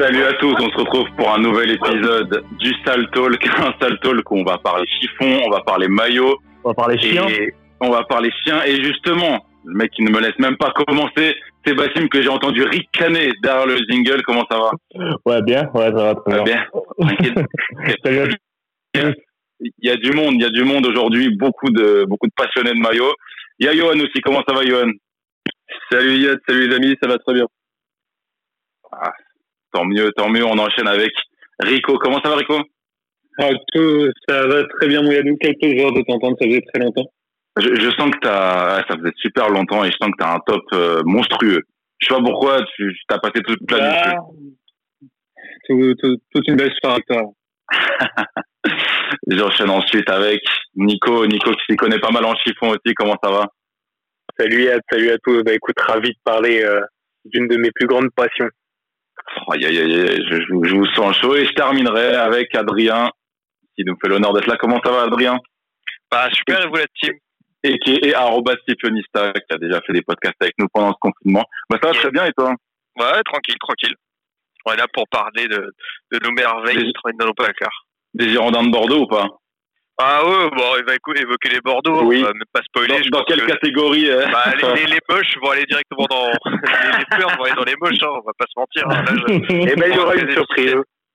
Salut à tous, on se retrouve pour un nouvel épisode du Sale Talk. Un Sale Talk où on va parler chiffon, on va parler maillot. On va parler chien. Et on va parler chien. Et justement, le mec qui ne me laisse même pas commencer, c'est Bassim que j'ai entendu ricaner derrière le jingle. Comment ça va? Ouais, bien. Ouais, ça va très bien. Tranquille. Salut. Il y a du monde aujourd'hui, beaucoup de passionnés de maillot. Il y a Johan aussi. Comment ça va, Johan? Salut Yad, salut les amis, ça va très bien. Ah, tant mieux, on enchaîne avec Rico. Comment ça va, Rico? Ça va très bien, mon Yadou. Quel plaisir de t'entendre, ça faisait très longtemps. Je sens que ça faisait super longtemps et je sens que t'as un top monstrueux. Je sais pas pourquoi, tu t'as passé toute la nuit. Toute une belle soirée avec toi. J'enchaîne ensuite avec Nico qui s'y connaît pas mal en chiffon aussi. Comment ça va? Salut Yad, salut à tous. Bah écoute, ravi de parler d'une de mes plus grandes passions. Aïe, je vous sens chaud et je terminerai avec Adrien qui nous fait l'honneur d'être là. Comment ça va, Adrien? Bah super, et vous la team? Et @Scipionista qui a déjà fait des podcasts avec nous pendant ce confinement. Bah ça va très bien, et toi? Ouais, tranquille. On est là pour parler de nos merveilles qui travaillent dans nos placards. Des Girondins de Bordeaux ou pas? Ah ouais, bon, il va évoquer les Bordeaux, oui. On va même pas spoiler. Dans quelle catégorie Bah, les moches vont aller directement dans... les fleurs vont aller dans les moches, on va pas se mentir. Et ben il y aura une surprise.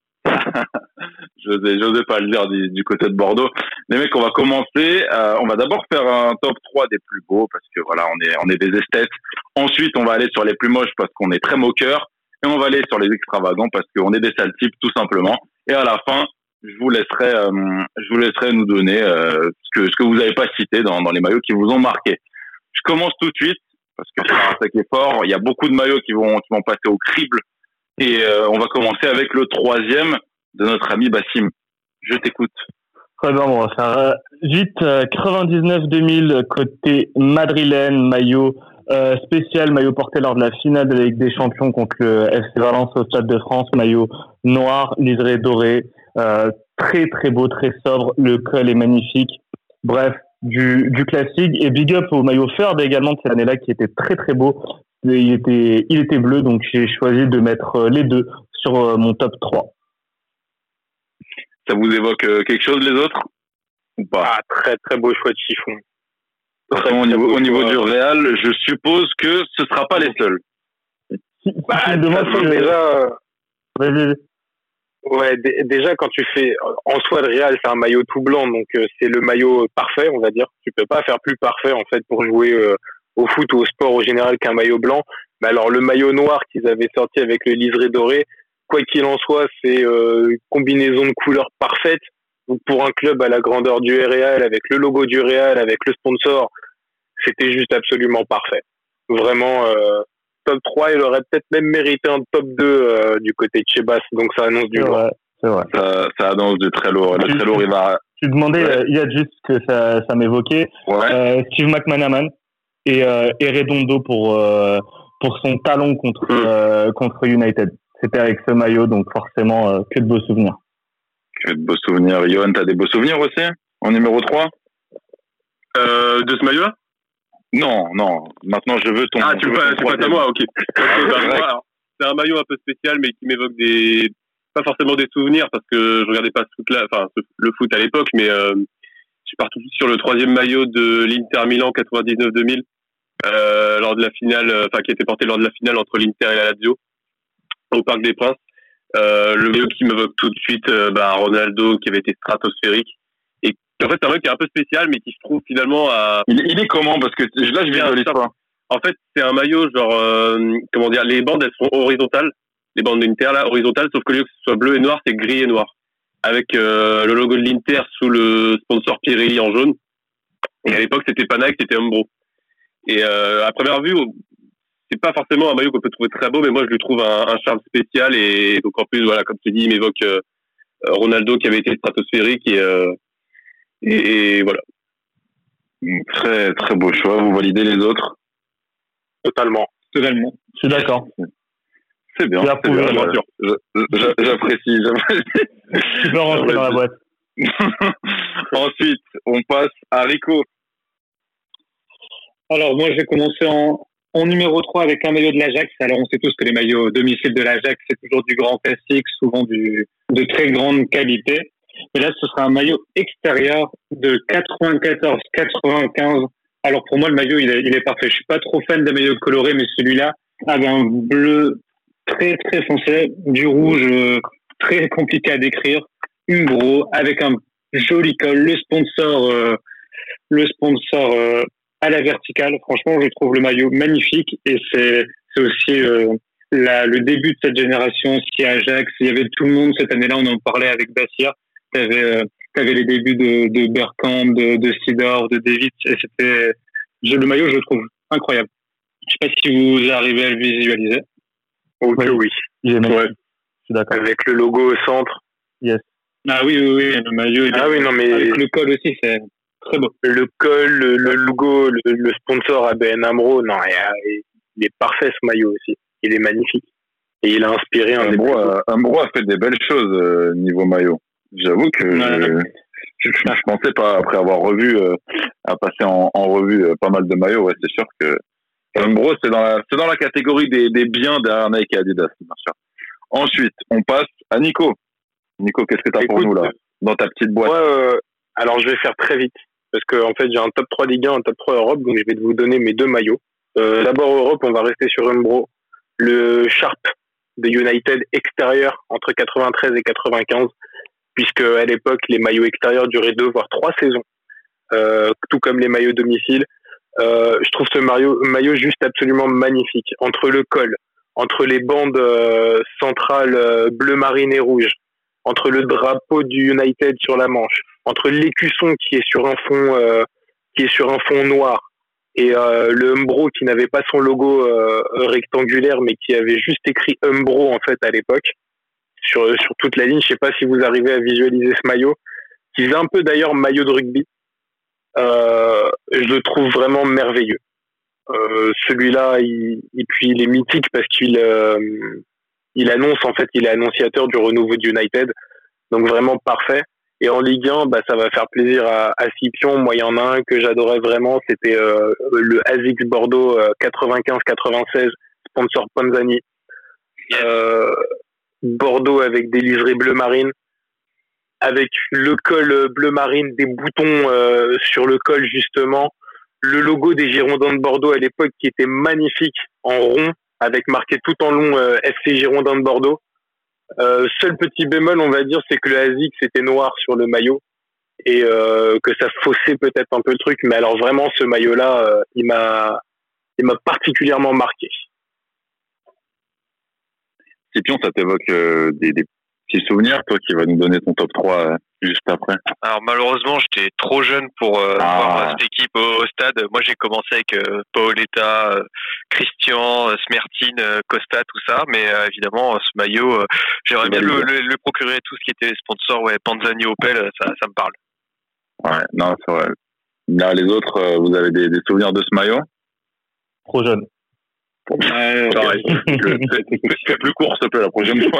J'osais pas le dire du côté de Bordeaux. Les mecs, on va commencer. On va d'abord faire un top 3 des plus beaux parce que voilà, on est des esthètes. Ensuite, on va aller sur les plus moches parce qu'on est très moqueurs. Et on va aller sur les extravagants parce qu'on est des sales types, tout simplement. Et à la fin, je vous laisserai nous donner ce que vous n'avez pas cité dans les maillots qui vous ont marqué. Je commence tout de suite parce que c'est un attaque fort. Il y a beaucoup de maillots qui vont passer au crible. Et on va commencer avec le troisième de notre ami Bassim. Je t'écoute. Très bien, on va faire vite. 99-2000 côté madrilène, maillot spécial, maillot porté lors de la finale de la Ligue des Champions contre le FC Valence au Stade de France, maillot noir, liseré doré, très très beau, très sobre, le col est magnifique. Bref, du classique. Et big up au maillot Ferd également de cette année-là qui était très très beau. Il était bleu, donc j'ai choisi de mettre les deux sur mon top 3. Ça vous évoque quelque chose, les autres? Ou pas? Ah, très très beau choix de chiffon. Au niveau du Real, je suppose que ce ne sera pas les seuls. Déjà quand tu fais en soi le Real, c'est un maillot tout blanc, donc c'est le maillot parfait, on va dire. Tu peux pas faire plus parfait en fait pour jouer au foot ou au sport au général qu'un maillot blanc. Mais alors le maillot noir qu'ils avaient sorti avec le liseré doré, quoi qu'il en soit, c'est une combinaison de couleurs parfaite. Donc pour un club à la grandeur du Real, avec le logo du Real, avec le sponsor, c'était juste absolument parfait. Vraiment top 3, il aurait peut-être même mérité un top 2 du côté de Chebas, donc ça annonce du lourd. C'est vrai. Ça annonce du très lourd. Le très lourd, il va... Tu demandais, il y a juste que ça m'évoquait. Ouais. Steve McManaman et Redondo pour son talon contre United. C'était avec ce maillot, donc forcément que de beaux souvenirs. Que de beaux souvenirs. Johan, t'as des beaux souvenirs aussi en numéro 3 de ce maillot-là? Non. Maintenant, je veux ton... Ah, tu passes à moi, ok. Voilà. C'est un maillot un peu spécial, mais qui m'évoque pas forcément des souvenirs, parce que je regardais pas le foot à l'époque, mais je suis parti sur le troisième maillot de l'Inter Milan 99-2000, lors de la finale, qui était porté lors de la finale entre l'Inter et la Lazio, au Parc des Princes. Le maillot qui m'évoque tout de suite, Ronaldo, qui avait été stratosphérique. En fait, c'est un maillot qui est un peu spécial, mais qui se trouve finalement à... Il est comment? Parce que là, je viens de l'histoire. En fait, c'est un maillot, les bandes, elles sont horizontales. Les bandes d'Inter, là, horizontales, sauf que au lieu que ce soit bleu et noir, c'est gris et noir. Avec le logo de l'Inter sous le sponsor Pirelli en jaune. Et à l'époque, c'était pas Nike, c'était Umbro. Et à première vue, c'est pas forcément un maillot qu'on peut trouver très beau, mais moi, je lui trouve un charme spécial. Et donc, en plus, voilà, comme tu dis, il m'évoque Ronaldo qui avait été stratosphérique et voilà. Très, très beau choix. Vous validez les autres? Totalement. Je suis d'accord. C'est bien. J'apprécie. Tu peux rentrer dans la boîte. Ensuite, on passe à Rico. Alors, moi, je vais commencer en En numéro 3, avec un maillot de l'Ajax. Alors, on sait tous que les maillots domicile de l'Ajax, c'est toujours du grand classique, souvent de très grande qualité. Et là, ce sera un maillot extérieur de 94-95. Alors, pour moi, le maillot, il est parfait. Je suis pas trop fan des maillots colorés, mais celui-là, avec un bleu très, très foncé, du rouge très compliqué à décrire, Umbro, avec un joli col, le sponsor à la verticale. Franchement, je trouve le maillot magnifique et c'est aussi le début de cette génération aussi à Ajax. Il y avait tout le monde cette année-là, on en parlait avec Bassia. T'avais les débuts de Bergkamp, de Seedorf, de Davids et le maillot, je le trouve incroyable. Je sais pas si vous arrivez à le visualiser. Ok, oui. Il est magnifique. Ouais. Je suis d'accord. Avec le logo au centre. Yes. Ah oui, le maillot. Mais avec le col aussi, c'est très beau. Le col, le logo, le sponsor ABN AMRO, non, il est parfait ce maillot aussi. Il est magnifique. Et il a inspiré un Umbro a fait des belles choses niveau maillot. J'avoue que je pensais pas, après avoir à passer en revue pas mal de maillots, ouais, c'est sûr que Umbro, c'est dans la catégorie des biens derrière Nike et Adidas, bien sûr. Ensuite, on passe à Nico. Nico, qu'est-ce que t'as pour nous, là, dans ta petite boîte? Alors, je vais faire très vite. Parce que, en fait, j'ai un top 3 Ligue 1, un top 3 Europe, donc je vais vous donner mes deux maillots. D'abord, Europe, on va rester sur Umbro. Le Sharp de United extérieur entre 93 et 95, puisque à l'époque, les maillots extérieurs duraient 2 voire 3 saisons, tout comme les maillots domicile. Je trouve ce maillot juste absolument magnifique. Entre le col, entre les bandes centrales bleu marine et rouge, entre le drapeau du United sur la manche, entre l'écusson qui est sur un fond noir et le Umbro qui n'avait pas son logo rectangulaire mais qui avait juste écrit Umbro en fait à l'époque sur toute la ligne. Je sais pas si vous arrivez à visualiser ce maillot qui faisait un peu d'ailleurs maillot de rugby. Je le trouve vraiment merveilleux. Celui-là, puis il est mythique parce qu'il annonce, en fait, il est annonciateur du renouveau du United. Donc vraiment parfait. Et en Ligue 1, ça va faire plaisir à Scipion. Moi, il y en a un que j'adorais vraiment, c'était le ASICS Bordeaux 95-96, sponsor Panzani. Bordeaux avec des liserés bleu marine, avec le col bleu marine, des boutons sur le col justement, le logo des Girondins de Bordeaux à l'époque qui était magnifique en rond, avec marqué tout en long FC Girondins de Bordeaux. Seul petit bémol, on va dire, c'est que le ASICS était noir sur le maillot et que ça faussait peut-être un peu le truc, mais alors vraiment ce maillot-là, il m'a particulièrement marqué. Scipion, ça t'évoque des petits souvenirs, toi qui vas nous donner ton top 3 juste après? Alors malheureusement, j'étais trop jeune pour voir cette équipe au stade. Moi, j'ai commencé avec Paoletta, Christian, Smertin, Costa, tout ça. Mais évidemment, ce maillot, j'aimerais bien le procurer, tout ce qui était sponsor, Panzani, Opel, ça me parle. Ouais, non, c'est vrai. Là, les autres, vous avez des souvenirs de ce maillot? Trop jeune. Pareil. Fais plus court, s'il te plaît, la prochaine fois.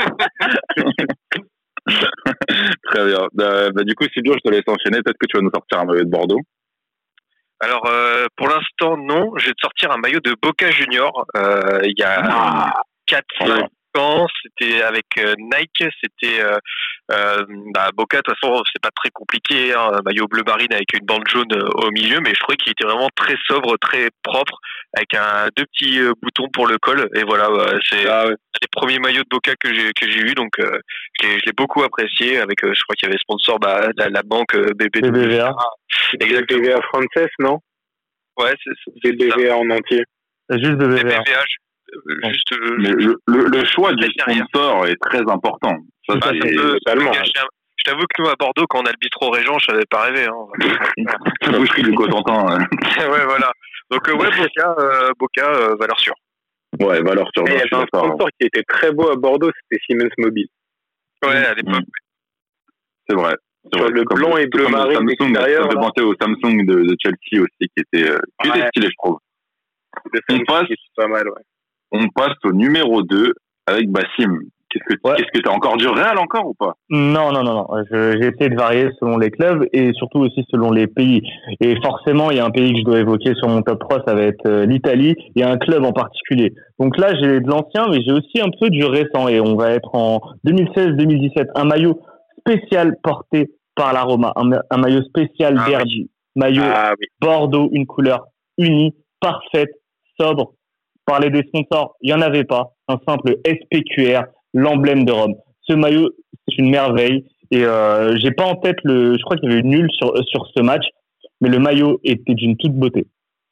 Très bien. Du coup, Sylvio, je te laisse enchaîner. Peut-être que tu vas nous sortir un maillot de Bordeaux. Alors, pour l'instant, non. Je vais te sortir un maillot de Boca Junior. Il y a 4-5 ans, c'était avec Nike. C'était Boca. De toute façon, c'est pas très compliqué. Un maillot bleu marine avec une bande jaune au milieu, mais je trouvais qu'il était vraiment très sobre, très propre, avec deux petits boutons pour le col. Et voilà, c'est les premiers maillots de Boca que j'ai eu, donc je l'ai beaucoup apprécié. Avec, je crois qu'il y avait sponsor la banque BBVA. Exactement. BBVA Frances, non? Ouais, c'est BBVA en entier. Juste BBVA. Juste mais le choix du sponsor est très important. Ça, totalement. Je t'avoue que nous à Bordeaux, quand on a le bistrot Régent, je savais pas rêver. La boucherie du Cotentin. Ouais, voilà. Donc Boca, valeur sûre. Ouais, valeur sûre. Il y avait un sponsor qui était très beau à Bordeaux, c'était Siemens Mobile. Ouais, à l'époque. C'est vrai. Sur le blanc et bleu marine extérieur. Ça fait penser au Samsung de Chelsea aussi, qui était stylé, je trouve. Pas mal, ouais. On passe au numéro 2 avec Bassim. Qu'est-ce que t'as encore du Real encore ou pas? Non. J'ai essayé de varier selon les clubs et surtout aussi selon les pays. Et forcément, il y a un pays que je dois évoquer sur mon top 3, ça va être l'Italie. Il y a un club en particulier. Donc là, j'ai de l'ancien, mais j'ai aussi un peu du récent. Et on va être en 2016-2017. Un maillot spécial porté par la Roma. Un maillot spécial derby. Maillot Bordeaux, une couleur unie, parfaite, sobre. Parler des sponsors, il n'y en avait pas. Un simple SPQR, l'emblème de Rome. Ce maillot, c'est une merveille. Et j'ai pas en tête je crois qu'il y avait eu nul sur ce match, mais le maillot était d'une toute beauté.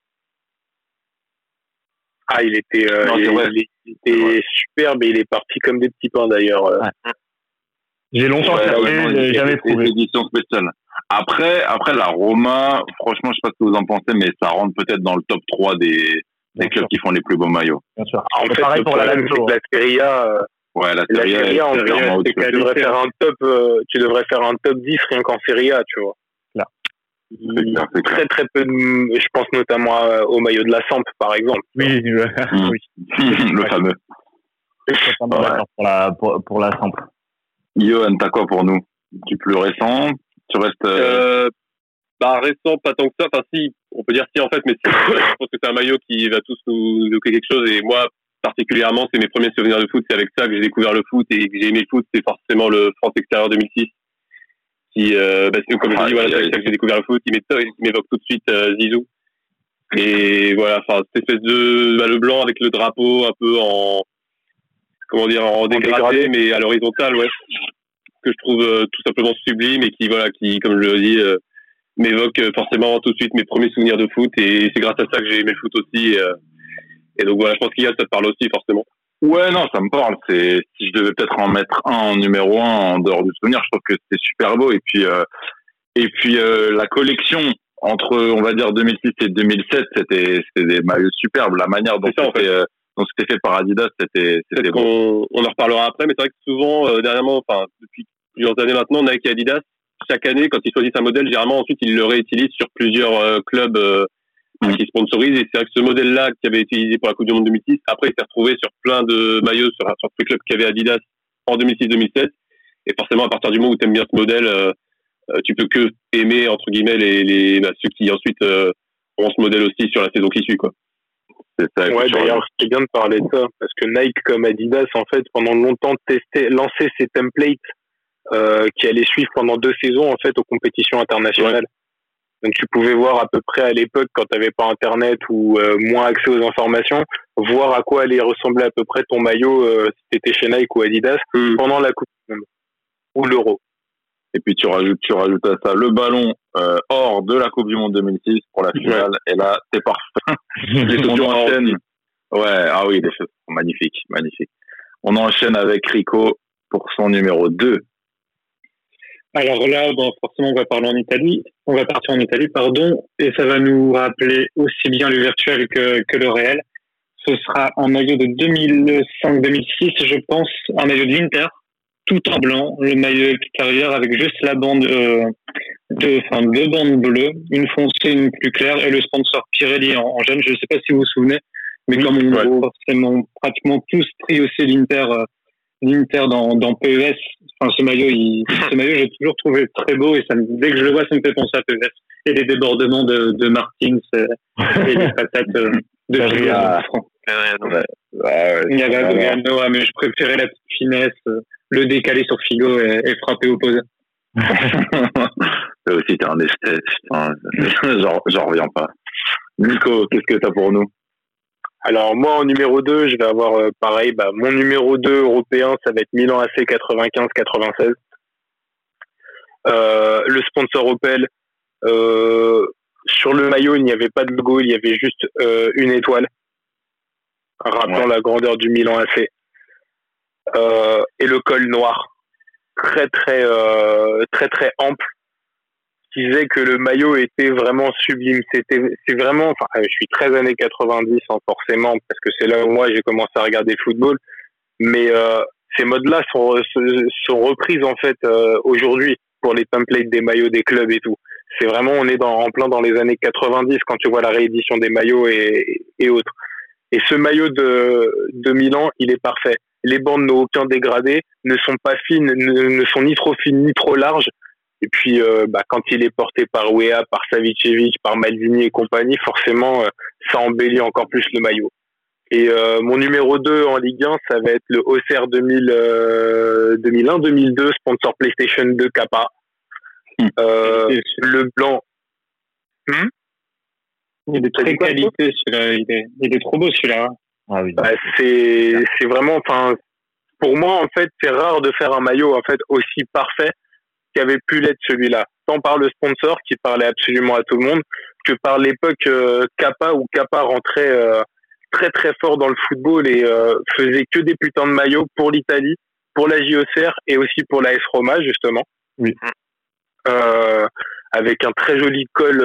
Ah, il était superbe et il est parti comme des petits pains d'ailleurs. Ouais. J'ai longtemps cherché, j'ai jamais trouvé. Édition spéciale. Après la Roma, franchement, je sais pas ce que vous en pensez, mais ça rentre peut-être dans le top 3 des clubs qui font les plus beaux maillots. Bien sûr. En fait, pareil pour la Serie A. La Serie A, en fait, c'est que tu devrais faire un top 10 rien qu'en Serie A, tu vois. C'est clair. Très très peu je pense notamment au maillot de la Samp par exemple. Oui. Le fameux. Pour la Samp. Johan, t'as quoi pour nous? Du plus récent? Tu restes récent, pas tant que ça. Enfin, si, on peut dire si en fait, mais je pense que c'est un maillot qui va tous nous évoquer quelque chose. Et moi, particulièrement, c'est mes premiers souvenirs de foot. C'est avec ça que j'ai découvert le foot et que j'ai aimé le foot. C'est forcément le France Extérieur 2006. Qui, comme je dis, voilà, c'est avec ça que j'ai découvert le foot. Il m'évoque tout de suite Zizou. Et voilà, enfin, cette espèce de le blanc avec le drapeau un peu en dégradé, mais à l'horizontale, ouais. Que je trouve tout simplement sublime et qui, comme je le dis, m'évoque forcément tout de suite mes premiers souvenirs de foot. Et c'est grâce à ça que j'ai aimé le foot aussi. Et donc voilà, je pense qu'il y a ça te parle aussi forcément. Ouais, non, ça me parle. Si je devais peut-être en mettre un en numéro 1 en dehors du souvenir, je trouve que c'était super beau. Et puis la collection entre, on va dire, 2006 et 2007, c'était des maillots superbes. La manière dont c'était fait par Adidas, c'était beau. On en reparlera après, mais c'est vrai que souvent, dernièrement, enfin, depuis plusieurs années maintenant, Nike et Adidas, chaque année, quand ils choisissent un modèle, généralement, ensuite, ils le réutilisent sur plusieurs clubs qui sponsorisent. Et c'est vrai que ce modèle-là, qui avait été utilisé pour la Coupe du Monde 2006, après, il s'est retrouvé sur plein de maillots, sur tous les clubs qui avaient Adidas en 2006-2007. Et forcément, à partir du moment où tu aimes bien ce modèle, tu peux que aimer, entre guillemets, ceux qui ensuite ont ce modèle aussi sur la saison qui suit, quoi. C'est ça. Ouais, d'ailleurs, c'est bien de parler de ça, parce que Nike comme Adidas, en fait, pendant longtemps, lançaient ces templates qui allaient suivre pendant 2 saisons, en fait, aux compétitions internationales. Ouais. Donc, tu pouvais voir à peu près à l'époque, quand tu n'avais pas Internet ou moins accès aux informations, voir à quoi allait ressembler à peu près ton maillot si tu étais chez Nike ou Adidas pendant la Coupe du Monde ou l'Euro. Et puis tu rajoutes à ça le ballon hors de la Coupe du Monde 2006 pour la finale. Et là, c'est parfait. On enchaîne. Ouais, des choses magnifiques. On enchaîne avec Rico pour son numéro 2. Alors là, forcément, on va partir en Italie, et ça va nous rappeler aussi bien le virtuel que le réel. Ce sera un maillot de 2005-2006, je pense, un maillot de l'Inter, tout en blanc, le maillot extérieur avec juste la bande, deux bandes bleues, une foncée, une plus claire, et le sponsor Pirelli en jaune. Je ne sais pas si vous vous souvenez, mais comme on a forcément pratiquement tous pris aussi l'Inter dans PES, enfin ce maillot j'ai toujours trouvé très beau, et dès que je le vois, ça me fait penser à PES et les débordements de Martins et les patates de Figo. Il y avait Adriano, mais je préférais la petite finesse, le décaler sur Figo et frapper au posé. Toi aussi, t'es un esthète. J'en reviens pas. Nico, qu'est-ce que t'as pour nous? Alors moi, en numéro 2, je vais avoir pareil. Mon numéro 2 européen, ça va être Milan AC 95-96. Le sponsor Opel. Sur le maillot, il n'y avait pas de logo, il y avait juste une étoile, rappelant la grandeur du Milan AC. Et le col noir, très très ample, qui disait que le maillot était vraiment sublime. C'est vraiment, je suis très années 90 forcément, parce que c'est là où moi j'ai commencé à regarder le football, mais ces modes-là sont reprises en fait aujourd'hui pour les templates des maillots des clubs et tout. C'est vraiment, on est en plein dans les années 90 quand tu vois la réédition des maillots et autres. Et ce maillot de Milan, il est parfait. Les bandes n'ont aucun dégradé, ne sont pas fines, ne sont ni trop fines ni trop larges. Et puis, quand il est porté par Weah, par Savicevic, par Maldini et compagnie, forcément, ça embellit encore plus le maillot. Et mon numéro 2 en Ligue 1, ça va être le Auxerre 2001-2002, sponsor PlayStation 2 Kappa. Le blanc. Il est très qualité celui-là, il est trop beau celui-là. Ah oui. C'est vraiment, pour moi en fait, c'est rare de faire un maillot en fait aussi parfait qu'avait pu l'être celui-là. Tant par le sponsor qui parlait absolument à tout le monde, que par l'époque Kappa où Kappa rentrait très très fort dans le football et faisait que des putains de maillots pour l'Italie, pour la JOCR et aussi pour la AS Roma justement. Oui. Avec un très joli col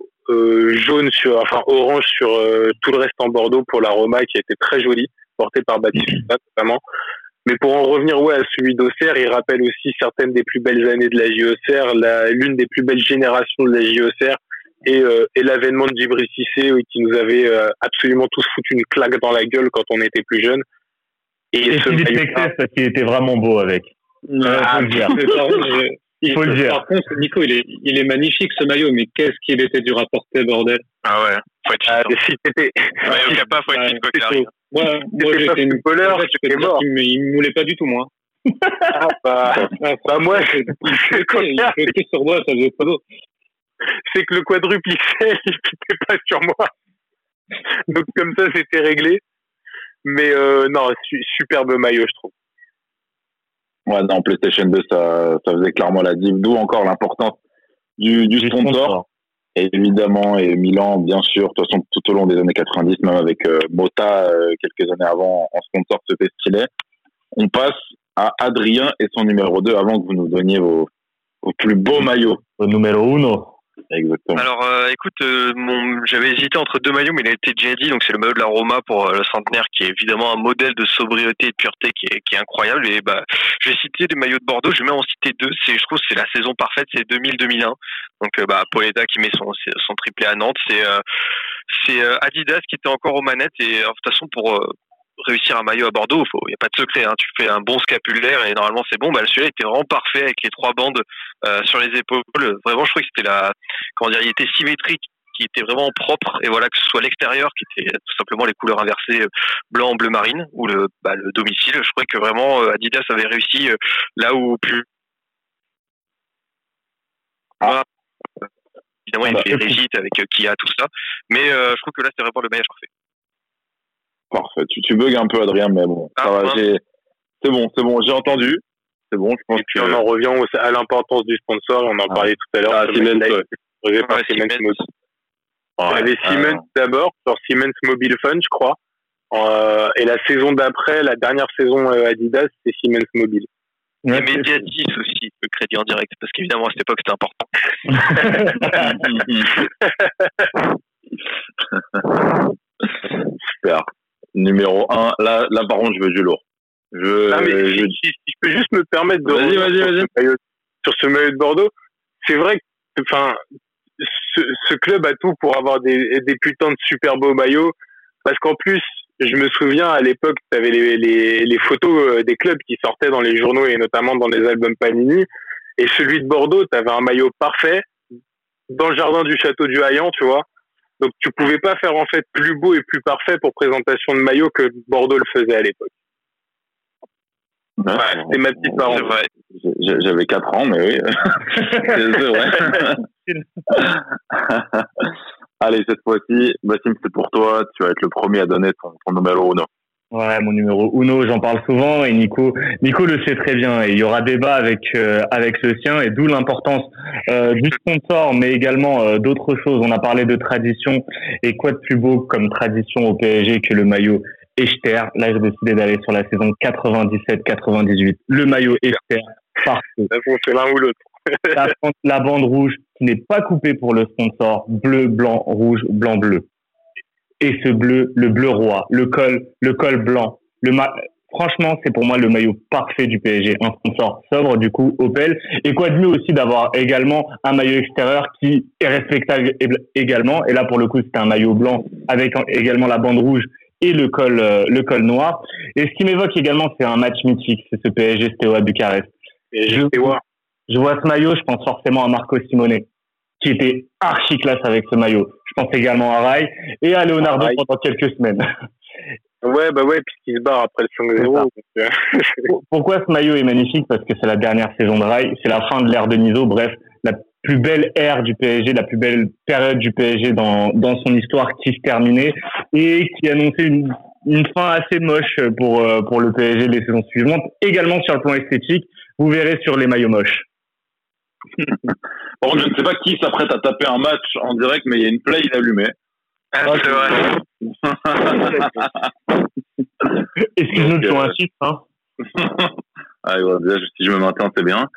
orange sur tout le reste en Bordeaux pour la Roma qui était très joli, porté par Baptiste notamment. Mais pour en revenir à celui d'Auxerre, il rappelle aussi certaines des plus belles années de la JOCR, l'une des plus belles générations de la JOCR et l'avènement de Djibril Cissé qui nous avait absolument tous foutu une claque dans la gueule quand on était plus jeunes. Et Philippe Texas parce qu'il était vraiment beau avec. Faut le dire. Il faut le dire. Par contre, Nico, il est magnifique ce maillot, mais qu'est-ce qu'il était dur à porter, bordel. Ah ouais, faut être si t'étais... Maillot Kappa, faut être fit quoi qu'il arrive. Moi j'étais une footballeur, il me moulait pas du tout, moi. Moi, il flottait sur moi, ça faisait pas beau. C'est que le quadruple XL, il quittait pas sur moi. Donc comme ça, c'était réglé. Mais non, superbe maillot, je trouve. Ouais, dans PlayStation 2, ça faisait clairement la div. D'où encore l'importance du sponsor. Et évidemment, et Milan, bien sûr, de toute façon, tout au long des années 90, même avec Mota, quelques années avant, en sponsor, c'était stylé. On passe à Adrien et son numéro 2 avant que vous nous donniez vos plus beaux maillots. Au numéro 1. Exactement. Alors, écoute, j'avais hésité entre deux maillots, mais il a été déjà dit. Donc, c'est le maillot de la Roma pour le centenaire, qui est évidemment un modèle de sobriété et de pureté qui est incroyable. Et je vais citer des maillots de Bordeaux. Je vais même en citer deux. Je trouve que c'est la saison parfaite. C'est 2000-2001. Donc, Paoletta qui met son triplé à Nantes. C'est Adidas qui était encore aux manettes. Et de toute façon, pour réussir un maillot à Bordeaux, il n'y a pas de secret, hein. Tu fais un bon scapulaire et normalement c'est bon. Celui-là était vraiment parfait avec les 3 bandes sur les épaules. Vraiment, je trouvais que c'était il était symétrique, qui était vraiment propre. Et voilà, que ce soit l'extérieur qui était tout simplement les couleurs inversées, blanc, bleu marine, ou le domicile. Je trouvais que vraiment Adidas avait réussi là où plus. Évidemment, il fait Régit avec Kia, tout ça. Mais je trouve que là, c'est vraiment le maillage parfait. Parfait. Tu bugs un peu, Adrien, mais bon, ça va. C'est bon, j'ai entendu. C'est bon, je pense et puis on en revient à l'importance du sponsor. On en parlait tout à l'heure. Siemens, Siemens Mobile. Il y avait Siemens d'abord, sur Siemens Mobile Fun, je crois. Et la saison d'après, la dernière saison Adidas, c'est Siemens Mobile. Et Mediatis aussi, le crédit en direct, parce qu'évidemment à cette époque c'était important. Super. Numéro 1, là par contre je veux du lourd. Si je peux juste me permettre de vas-y. Sur ce maillot de Bordeaux, c'est vrai que ce club a tout pour avoir des putains de super beaux maillots, parce qu'en plus je me souviens à l'époque tu avais les photos des clubs qui sortaient dans les journaux et notamment dans les albums Panini, et celui de Bordeaux tu avais un maillot parfait dans le jardin du château du Haillan, tu vois. Donc tu pouvais pas faire en fait plus beau et plus parfait pour présentation de maillot que Bordeaux le faisait à l'époque. Ouais, c'était ma petite parole. J'avais 4 ans, mais oui. C'est vrai. Allez, cette fois-ci, Bassim, c'est pour toi. Tu vas être le premier à donner ton numéro 1. Ouais, mon numéro 1, j'en parle souvent et Nico le sait très bien. Et il y aura débat avec le sien, et d'où l'importance du sponsor, mais également d'autres choses. On a parlé de tradition, et quoi de plus beau comme tradition au PSG que le maillot Echter. Là, j'ai décidé d'aller sur la saison 97-98. Le maillot Echter, parfait. C'est l'un ou l'autre. La bande rouge qui n'est pas coupée pour le sponsor, bleu, blanc, rouge, blanc, bleu. Et ce bleu, le bleu roi, le col blanc. Franchement, c'est pour moi le maillot parfait du PSG. Un sponsor sobre, du coup, Opel. Et quoi de mieux aussi d'avoir également un maillot extérieur qui est respectable également. Et là, pour le coup, c'était un maillot blanc avec également la bande rouge et le col noir. Et ce qui m'évoque également, c'est un match mythique, c'est ce PSG Steaua Bucarest. Je vois ce maillot, je pense forcément à Marco Simone, qui était archi classe avec ce maillot. Je pense également à Rai et à Leonardo pendant quelques semaines. Ouais, puisqu'il se barre après le 5-0. Pourquoi ce maillot est magnifique? Parce que c'est la dernière saison de Rai, c'est la fin de l'ère de Nizo, bref, la plus belle ère du PSG, la plus belle période du PSG dans son histoire qui se terminait et qui annonçait une fin assez moche pour le PSG les saisons suivantes. Également sur le plan esthétique, vous verrez sur les maillots moches. Par contre, je ne sais pas qui s'apprête à taper un match en direct, mais il y a une play allumée. Ah, c'est vrai. Excuse-nous de ton insiste, hein. Ah, ouais, déjà, si je me maintiens, c'est bien.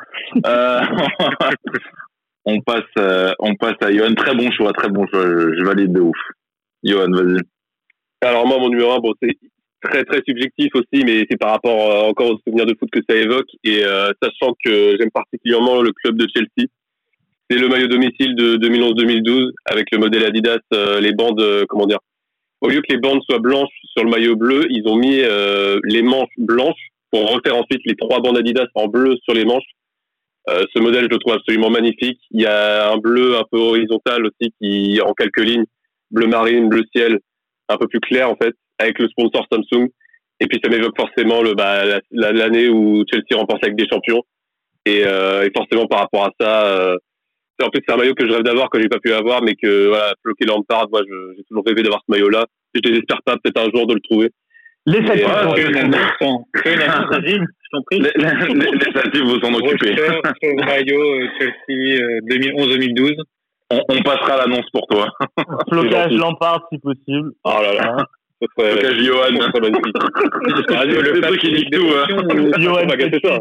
On passe à Johan. Très bon choix. Je valide de ouf. Johan, vas-y. Alors moi, mon numéro 1, bon, c'est très très subjectif aussi, mais c'est par rapport encore aux souvenirs de foot que ça évoque, et sachant que j'aime particulièrement le club de Chelsea. C'est le maillot domicile de 2011-2012 avec le modèle Adidas, les bandes, comment dire, au lieu que les bandes soient blanches sur le maillot bleu, ils ont mis les manches blanches pour refaire ensuite les 3 bandes Adidas en bleu sur les manches. Ce modèle, je le trouve absolument magnifique. Il y a un bleu un peu horizontal aussi qui, en quelques lignes, bleu marine, bleu ciel, un peu plus clair en fait, avec le sponsor Samsung. Et puis ça m'évoque forcément l'année où Chelsea remporte la Ligue des Champions. Et forcément par rapport à ça, en plus c'est un maillot que je rêve d'avoir, que j'ai pas pu avoir, mais que voilà, Floqué Lampard, moi j'ai toujours rêvé d'avoir ce maillot-là. Je désespère pas peut-être un jour de le trouver. Les satifs, je t'en prie. Les satifs, vous s'en occupez. Ce maillot Chelsea 2011-2012. On passera l'annonce pour toi. Flocage Lampard si possible. Oh là là. Flocage Johan. Le truc qui dit tout. Johan, c'est ça.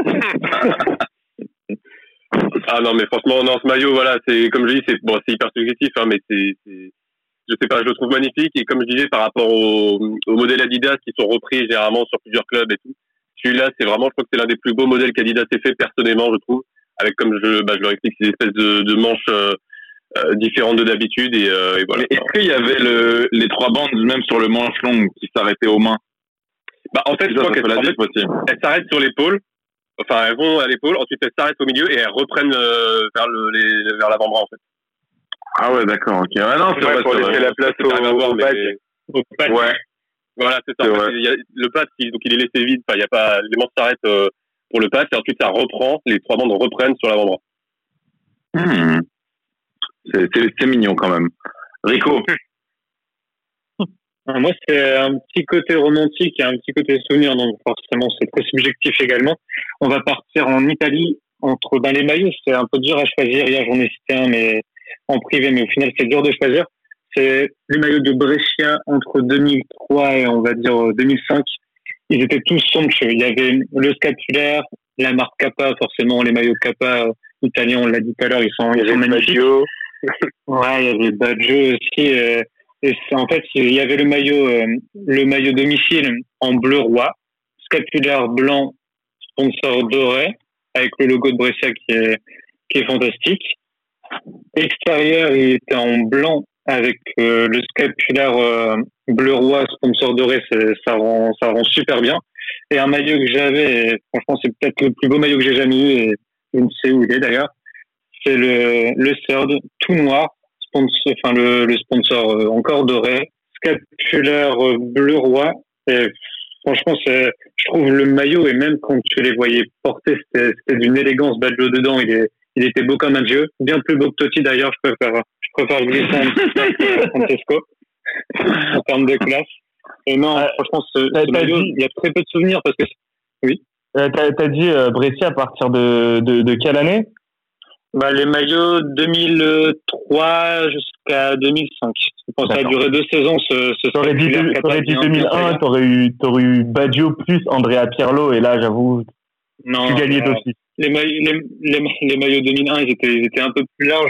Ah non, mais franchement, non, ce maillot, voilà, c'est, comme je dis, c'est hyper subjectif, hein, mais je sais pas, je le trouve magnifique, et comme je disais, par rapport aux modèles Adidas qui sont repris généralement sur plusieurs clubs et tout, celui-là, c'est vraiment, je crois que c'est l'un des plus beaux modèles qu'Adidas ait fait, personnellement, je trouve, avec, comme je leur explique, ces espèces de manches, différentes de d'habitude, et voilà. Mais est-ce qu'il y avait les 3 bandes, même sur le manche long, qui s'arrêtaient aux mains? Bah, en fait, je crois qu'elles s'arrêtent sur l'épaule. Enfin, elles vont à l'épaule, ensuite elles s'arrêtent au milieu et elles reprennent vers l'avant-bras, en fait. Ah ouais, d'accord, ok. Ouais, non, c'est vrai, pour laisser la place au badge. Ouais. Voilà, c'est ça. En fait, le pad, donc il est laissé vide. Enfin, il y a pas, les manches s'arrêtent pour le pad, et ensuite ça reprend, les 3 bandes reprennent sur l'avant-bras. C'est mignon quand même. Rico. Moi, c'est un petit côté romantique et un petit côté souvenir, donc forcément, c'est très subjectif également. On va partir en Italie. Dans les maillots, c'est un peu dur à choisir. Hier, j'en ai cité un, mais en privé, mais au final, c'est dur de choisir. C'est les maillots de Brescia entre 2003 et on va dire 2005. Ils étaient tous somptueux. Il y avait le scapulaire, la marque Kappa, forcément, les maillots Kappa italiens, on l'a dit tout à l'heure, ils sont magnifiques. Ouais, il y avait Baggio aussi. Et en fait, il y avait le maillot domicile en bleu roi, scapulaire blanc, sponsor doré, avec le logo de Brescia qui est fantastique. Extérieur, il était en blanc avec le scapulaire bleu roi, sponsor doré, ça rend super bien. Et un maillot que j'avais, et franchement, c'est peut-être le plus beau maillot que j'ai jamais eu, et je ne sais où il est d'ailleurs. C'est le Third, tout noir. Le sponsor encore doré, scapulaire bleu roi, et franchement je trouve le maillot, et même quand tu les voyais porter, c'était d'une élégance. Baggio dedans, il était beau comme un dieu, bien plus beau que Totti d'ailleurs. Je préfère le glisser Francesco en termes de classe. Et non, franchement ce maillot, il y a très peu de souvenirs parce que oui. T'as dit Brescia à partir de quelle année? Les maillots 2003 jusqu'à 2005. Je pense que ça a duré 2 saisons. T'aurais dit 2001, t'aurais eu Baggio plus Andrea Pirlo, et là, j'avoue, tu gagnais d'office. Les maillots 2001, ils étaient un peu plus larges,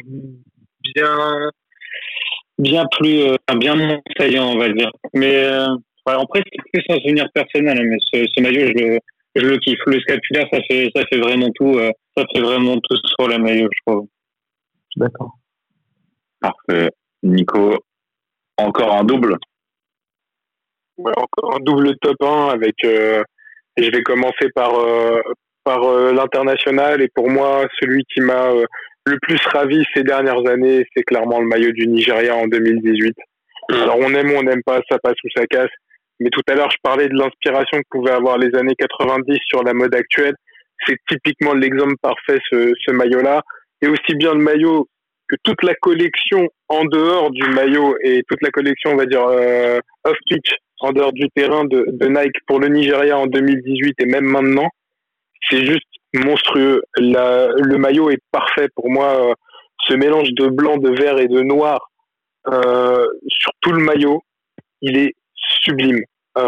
bien moins saillants, on va dire. Mais après, c'est plus un souvenir personnel, mais ce maillot, je le kiffe. Le scapulaire, ça fait vraiment tout. Ça fait vraiment tout sur le maillot, je trouve. D'accord. Parfait. Nico, encore un double? Ouais, encore un double top 1 avec. Je vais commencer par l'international, et pour moi, celui qui m'a le plus ravi ces dernières années, c'est clairement le maillot du Nigeria en 2018. Alors on aime ou on n'aime pas, ça passe ou ça casse. Mais tout à l'heure, je parlais de l'inspiration que pouvaient avoir les années 90 sur la mode actuelle. C'est typiquement l'exemple parfait, ce maillot-là. Et aussi bien le maillot que toute la collection en dehors du maillot et toute la collection, on va dire, off-pitch, en dehors du terrain de Nike pour le Nigeria en 2018 et même maintenant, c'est juste monstrueux. Le maillot est parfait pour moi. Ce mélange de blanc, de vert et de noir sur tout le maillot, il est sublime.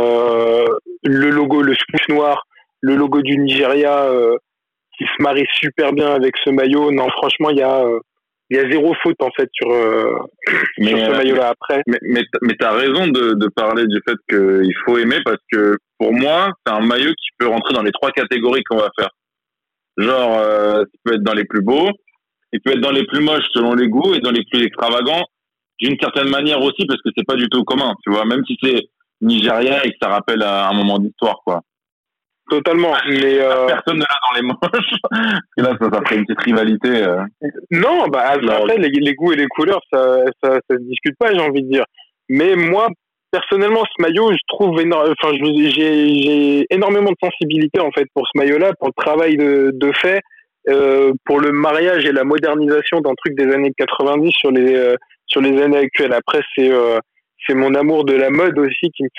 Le logo, le swoosh noir, le logo du Nigeria qui se marie super bien avec ce maillot. Non, franchement, il y a zéro faute en fait sur ce maillot-là. Après, mais t'as raison de parler du fait qu'il faut aimer, parce que pour moi, c'est un maillot qui peut rentrer dans les 3 catégories qu'on va faire. Genre, il peut être dans les plus beaux, il peut être dans les plus moches selon les goûts, et dans les plus extravagants d'une certaine manière aussi, parce que c'est pas du tout commun, tu vois, même si c'est Nigeria et que ça rappelle un moment d'histoire, quoi. Totalement, mais personne ne l'a dans les moches. Et là, ça ferait une petite rivalité. Non, après les goûts et les couleurs, ça se discute pas, j'ai envie de dire. Mais moi, personnellement, ce maillot, je trouve j'ai énormément de sensibilité en fait pour ce maillot-là, pour le travail de fait, pour le mariage et la modernisation d'un truc des années 90 sur les années actuelles. Après, c'est mon amour de la mode aussi qui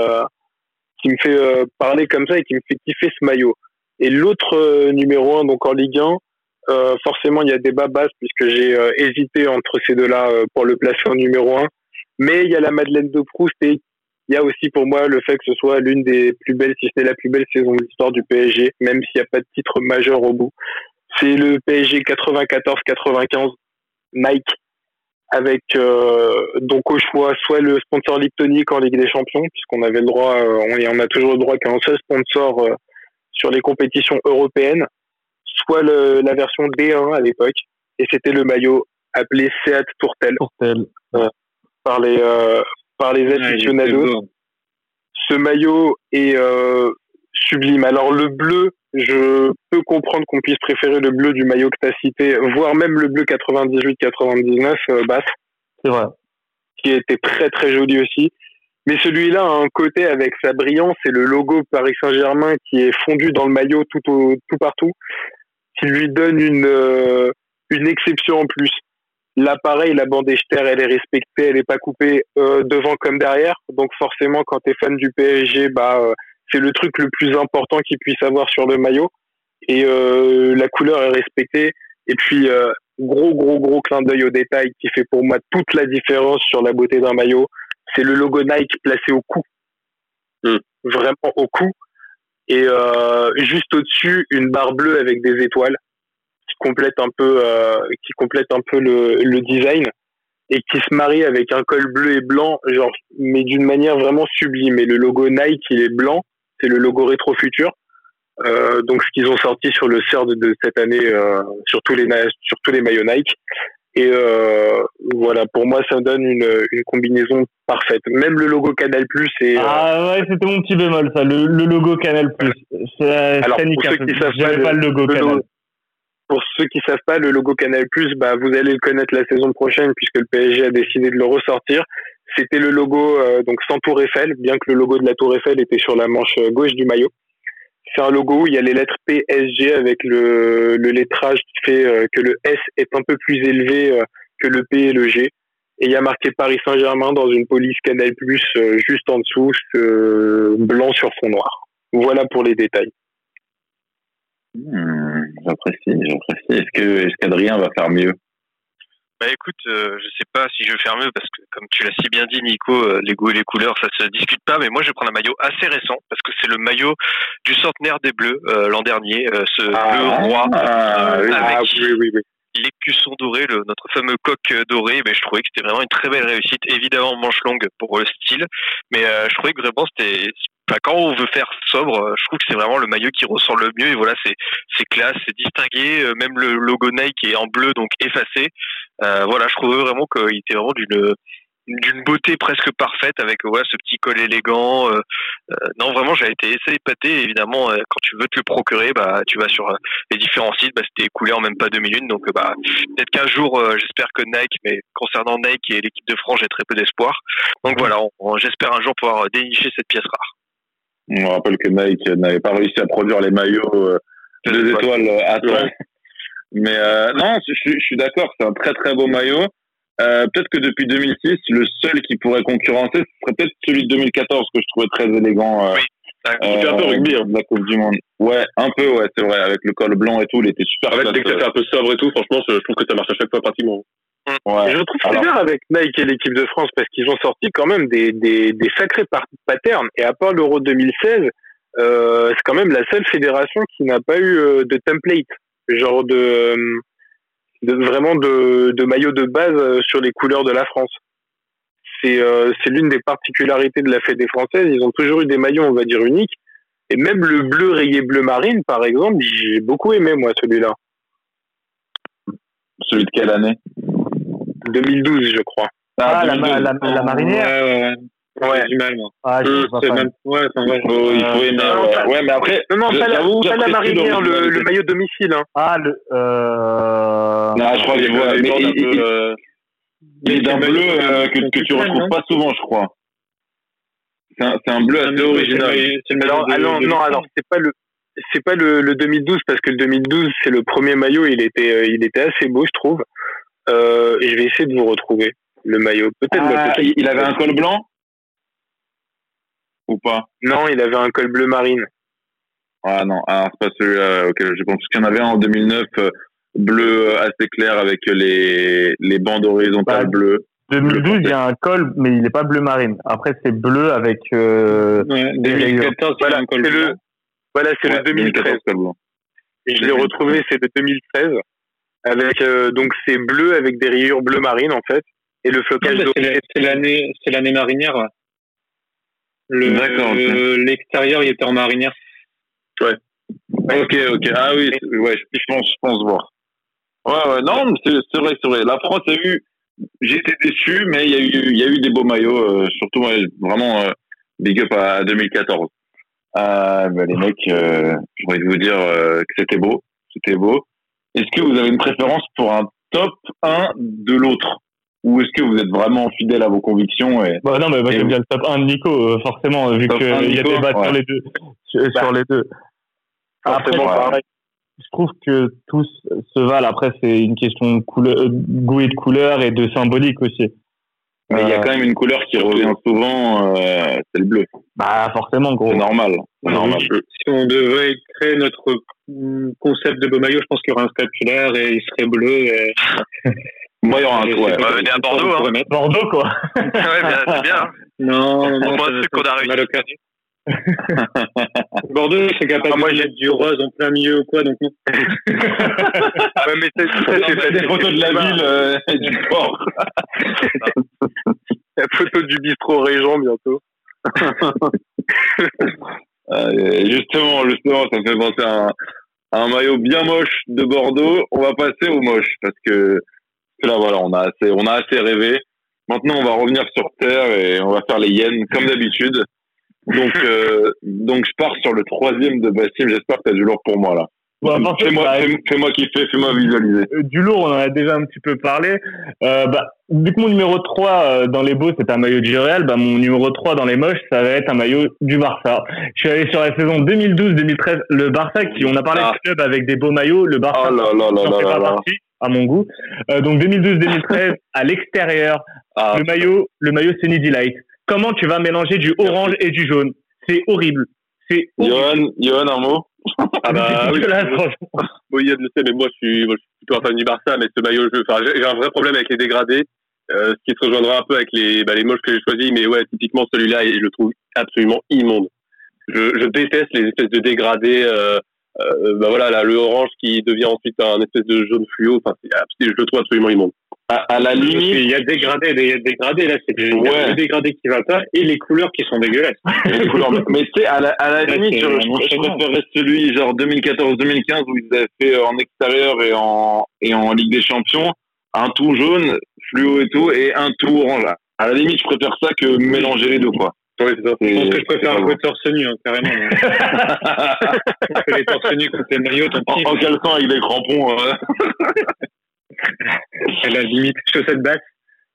me fait parler comme ça et qui me fait kiffer ce maillot. Et l'autre numéro 1, donc en Ligue 1, forcément il y a des babas puisque j'ai hésité entre ces deux-là pour le placer en numéro 1. Mais il y a la Madeleine de Proust, et il y a aussi pour moi le fait que ce soit l'une des plus belles, si ce n'est la plus belle saison de l'histoire du PSG, même s'il n'y a pas de titre majeur au bout. C'est le PSG 94-95 Nike, avec donc au choix soit le sponsor Liptonic en Ligue des Champions, puisqu'on avait le droit, on a toujours le droit qu'à un seul sponsor sur les compétitions européennes, soit la version D1 à l'époque, et c'était le maillot appelé Seat Tourtel. Par les aficionados. Ce maillot est sublime. Alors le bleu, je peux comprendre qu'on puisse préférer le bleu du maillot que tu as cité, voire même le bleu 98-99, Bass. C'est vrai. Qui était très très joli aussi. Mais celui-là a un côté avec sa brillance et le logo Paris Saint-Germain qui est fondu dans le maillot tout partout, qui lui donne une exception en plus. Là, pareil, la bande Echter, elle est respectée, elle est pas coupée devant comme derrière. Donc forcément, quand t'es fan du PSG, c'est le truc le plus important qu'il puisse avoir sur le maillot. Et la couleur est respectée. Et puis, gros clin d'œil au détail qui fait pour moi toute la différence sur la beauté d'un maillot. C'est le logo Nike placé au cou. Vraiment au cou. Et juste au-dessus, une barre bleue avec des étoiles qui complète un peu le design, et qui se marie avec un col bleu et blanc, genre, mais d'une manière vraiment sublime. Et le logo Nike, il est blanc, c'est le logo Rétro Futur. Donc ce qu'ils ont sorti sur le CERD de cette année, sur tous les maillots Nike. Et voilà, pour moi ça donne une combinaison parfaite. Même le logo Canal+, et ah ouais, c'était mon petit bémol, ça, le logo Canal+. Alors pour ceux qui savent pas, le logo Canal. Pour ceux qui savent pas, le logo Canal+, vous allez le connaître la saison prochaine puisque le PSG a décidé de le ressortir. C'était le logo donc sans Tour Eiffel, bien que le logo de la Tour Eiffel était sur la manche gauche du maillot. C'est un logo où il y a les lettres PSG avec le lettrage qui fait que le S est un peu plus élevé que le P et le G. Et il y a marqué Paris Saint-Germain dans une police Canal+, juste en dessous, blanc sur fond noir. Voilà pour les détails. J'apprécie. Est-ce qu'Adrien va faire mieux? Écoute, je sais pas si je vais faire mieux parce que, comme tu l'as si bien dit, Nico, les goûts et les couleurs, ça se discute pas. Mais moi, je vais prendre un maillot assez récent parce que c'est le maillot du centenaire des Bleus l'an dernier, ce bleu roi avec l'écusson doré, notre fameux coq doré. Mais je trouvais que c'était vraiment une très belle réussite. Évidemment, manche longue pour le style, mais je trouvais que vraiment c'était. Quand on veut faire sobre, je trouve que c'est vraiment le maillot qui ressort le mieux. Et voilà, c'est classe, c'est distingué. Même le logo Nike est en bleu, donc effacé. Voilà, je trouvais vraiment qu'il était vraiment d'une beauté presque parfaite avec ce petit col élégant. Non, vraiment, j'ai été assez épaté. Évidemment, quand tu veux te le procurer, tu vas sur les différents sites. C'était écoulé en même pas 2 minutes. Donc, peut-être qu'un jour, j'espère que Nike, mais concernant Nike et l'équipe de France, j'ai très peu d'espoir. Donc voilà, j'espère un jour pouvoir dénicher cette pièce rare. On rappelle que Nike n'avait pas réussi à produire les maillots 2 étoiles à temps. Ouais. Mais non, je suis d'accord, c'est un très très beau maillot. Peut-être que depuis 2006, le seul qui pourrait concurrencer, ce serait peut-être celui de 2014 que je trouvais très élégant. Oui. C'était un peu rugby, de la Coupe du Monde. Ouais, un peu, ouais, c'est vrai, avec le col blanc et tout, il était super. En fait, dès que ça fait un peu sobre et tout, franchement, je trouve que ça marche à chaque fois pratiquement. Ouais. Je trouve c'est bien avec Nike et l'équipe de France parce qu'ils ont sorti quand même des sacrés patterns. Et à part l'Euro 2016, c'est quand même la seule fédération qui n'a pas eu de template, genre de maillot de base sur les couleurs de la France. C'est l'une des particularités de la Fédé française. Ils ont toujours eu des maillots, on va dire, uniques. Et même le bleu rayé bleu marine, par exemple, j'ai beaucoup aimé, moi, celui-là. Celui de quelle année? 2012, je crois. La marinière. Ouais. Du mal, moi. C'est même. Ouais, il faut aimer. Ouais, mais après. Non, pas la marinière, le maillot domicile. Hein. Non, je crois que je vois. Il est d'un bleu que tu retrouves pas souvent, je crois. C'est un bleu assez original. Alors c'est pas le 2012 parce que le 2012 c'est le premier maillot, il était assez beau, je trouve. Et je vais essayer de vous retrouver le maillot. Peut-être. Il avait un col blanc ou pas? Non, il avait un col bleu marine. Ah non, c'est pas celui-là auquel je pense qu'il y en avait un en 2009 bleu assez clair avec les bandes horizontales bleues. 2012, il y a un col, mais il n'est pas bleu marine. Après, c'est bleu avec des rayures. 2014, voilà, c'est le 2013. Et je l'ai retrouvé, c'est de 2013. Avec donc c'est bleu avec des rayures bleu marine en fait. Et le flocage c'est l'année marinière. D'accord. L'extérieur, il était en marinière. Ouais. Ok. Ah oui, ouais, je pense voir. Ouais, non, c'est vrai. La France a eu, j'ai été déçu, mais il y a eu des beaux maillots, surtout vraiment big up à 2014. Les mecs, j'ai envie de vous dire que c'était beau. Est-ce que vous avez une préférence pour un top 1 de l'autre? Ou est-ce que vous êtes vraiment fidèle à vos convictions Non, mais moi j'aime bien le top 1 de Nico, forcément, vu qu'il y a débat sur les deux. Sur les deux. Après, pareil. Je trouve que tous se valent. Après, c'est une question de goût et de couleur et de symbolique aussi. Mais il y a quand même une couleur qui revient souvent, c'est le bleu. Forcément, gros. C'est normal. Si on devait créer notre concept de beau maillot, je pense qu'il y aurait un scapulaire et il serait bleu. Et... Moi, il y aura un on va venir à Bordeaux. Bordeaux, quoi. C'est bien. Non, moi, c'est qu'on a réussi. Bordeaux, c'est capable de mettre du rose en plein milieu ou quoi, donc non. Mais c'est des photos de la ville et du port. La photo du bistrot Régent bientôt. Justement, ça me fait penser à un maillot bien moche de Bordeaux. On va passer au moche parce que là, voilà, on a assez rêvé. Maintenant, on va revenir sur terre et on va faire les hyènes comme d'habitude. Donc je pars sur le 3e de Bassim. J'espère que t'as du lourd pour moi là. Fais-moi kiffer, fais-moi visualiser. Du lourd, on en a déjà un petit peu parlé. Vu que mon numéro 3 dans les beaux, c'est un maillot du Real, mon numéro 3 dans les moches, ça va être un maillot du Barça. Je suis allé sur la saison 2012-2013. Le Barça, on a parlé de club avec des beaux maillots, le Barça n'en fait pas partie, à mon goût. Donc 2012-2013, à l'extérieur, le maillot Sunny Delight. Comment tu vas mélanger du orange et du jaune? C'est horrible. Johan, un mot? Oui, Yann le sait, mais moi je suis plutôt un fan du Barça, mais ce maillot, j'ai un vrai problème avec les dégradés, ce qui se rejoindra un peu avec les moches que j'ai choisis, mais ouais, typiquement celui-là, je le trouve absolument immonde. Je déteste les espèces de dégradés, le orange qui devient ensuite un espèce de jaune fluo, je le trouve absolument immonde. À la limite, il y a dégradé, là, c'est le dégradé qui va pas et les couleurs qui sont dégueulasses. Mais tu sais, à la limite, je préférerais celui genre 2014-2015 où ils avaient fait en extérieur et en Ligue des Champions un tout jaune, fluo et tout, et un tout orange. À la limite, je préfère ça que mélanger les deux, quoi. Oui, c'est ça. Je pense que je préfère un peu torse nu, hein, carrément. Les torse nu contre les maillots, tant pis. En caleçon avec des crampons. À la limite, chaussettes basses.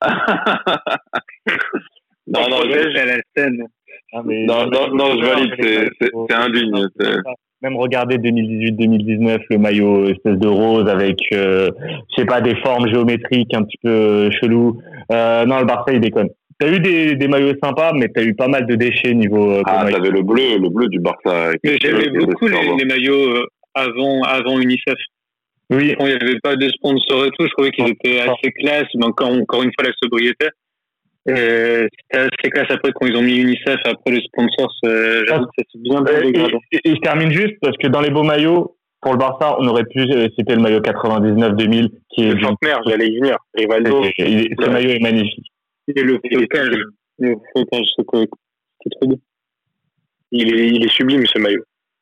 Non, à la scène. Non, je valide, c'est indigne. Même regarder 2018-2019, le maillot espèce de rose avec, je sais pas, des formes géométriques un petit peu chelou. Non, le Barça, il déconne. T'as eu des maillots sympas, mais t'as eu pas mal de déchets niveau. T'avais le bleu du Barça. Mais j'aimais beaucoup les maillots avant UNICEF. Oui. Quand il n'y avait pas de sponsors et tout, je trouvais qu'ils étaient assez classe, mais encore une fois, la sobriété. C'était assez classe après quand ils ont mis UNICEF, après les sponsors, j'avoue que ça s'est bien dégradé. Et je termine juste parce que dans les beaux maillots, pour le Barça, on aurait pu citer le maillot 99-2000 qui est le centenaire, j'allais y venir. Rivaldo. Ce maillot est magnifique. Et le flocage, c'est trop beau. Il est sublime ce maillot.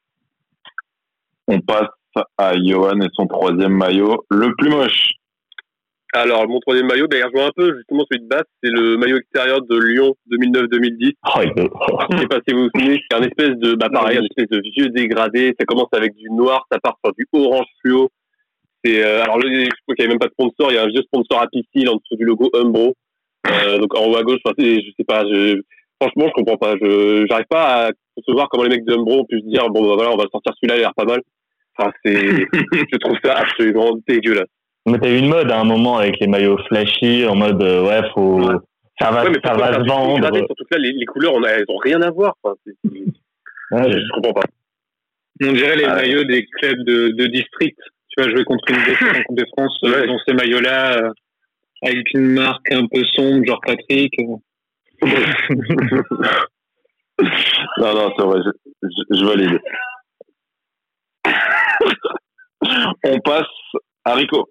On passe à Johan et son troisième maillot, le plus moche. Alors, mon troisième maillot, il rejoint un peu justement celui de Basse, c'est le maillot extérieur de Lyon 2009-2010. Je sais pas si vous vous souvenez, c'est un espèce de, pareil, un espèce de vieux dégradé. Ça commence avec du noir, ça part sur du orange fluo. Alors je crois qu'il n'y avait même pas de sponsor, il y a un vieux sponsor à piscine en dessous du logo Umbro. Donc en haut à gauche, je sais pas, franchement, je comprends pas. J'arrive pas à concevoir comment les mecs de Umbro ont pu se dire, bon, voilà, on va sortir celui-là, il a l'air pas mal. Enfin, je trouve ça absolument dégueulasse. Mais t'as eu une mode à un moment avec les maillots flashy, en mode, ça va se vendre. Surtout que là, les couleurs, elles ont rien à voir. Enfin, je comprends pas. On dirait les maillots des clubs de district. Tu vas jouer contre une défense en Coupe de France, dans ces maillots-là, avec une marque un peu sombre, genre Patrick. Non, c'est vrai, je valide. On passe à Rico.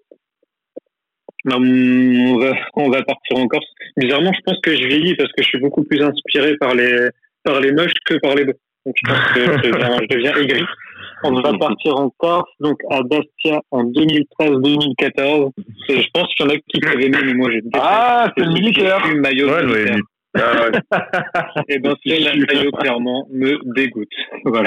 On va partir encore. Bizarrement, je pense que je vieillis parce que je suis beaucoup plus inspiré par les moches que par les beaux. Donc je pense que je deviens aigri. On va partir en Corse, donc à Bastia en 2013-2014. Et je pense qu'il y en a qui peuvent aimer, mais moi j'ai détesté. C'est le militaire. Le maillot militaire. Et ce maillot clairement me dégoûte. Voilà.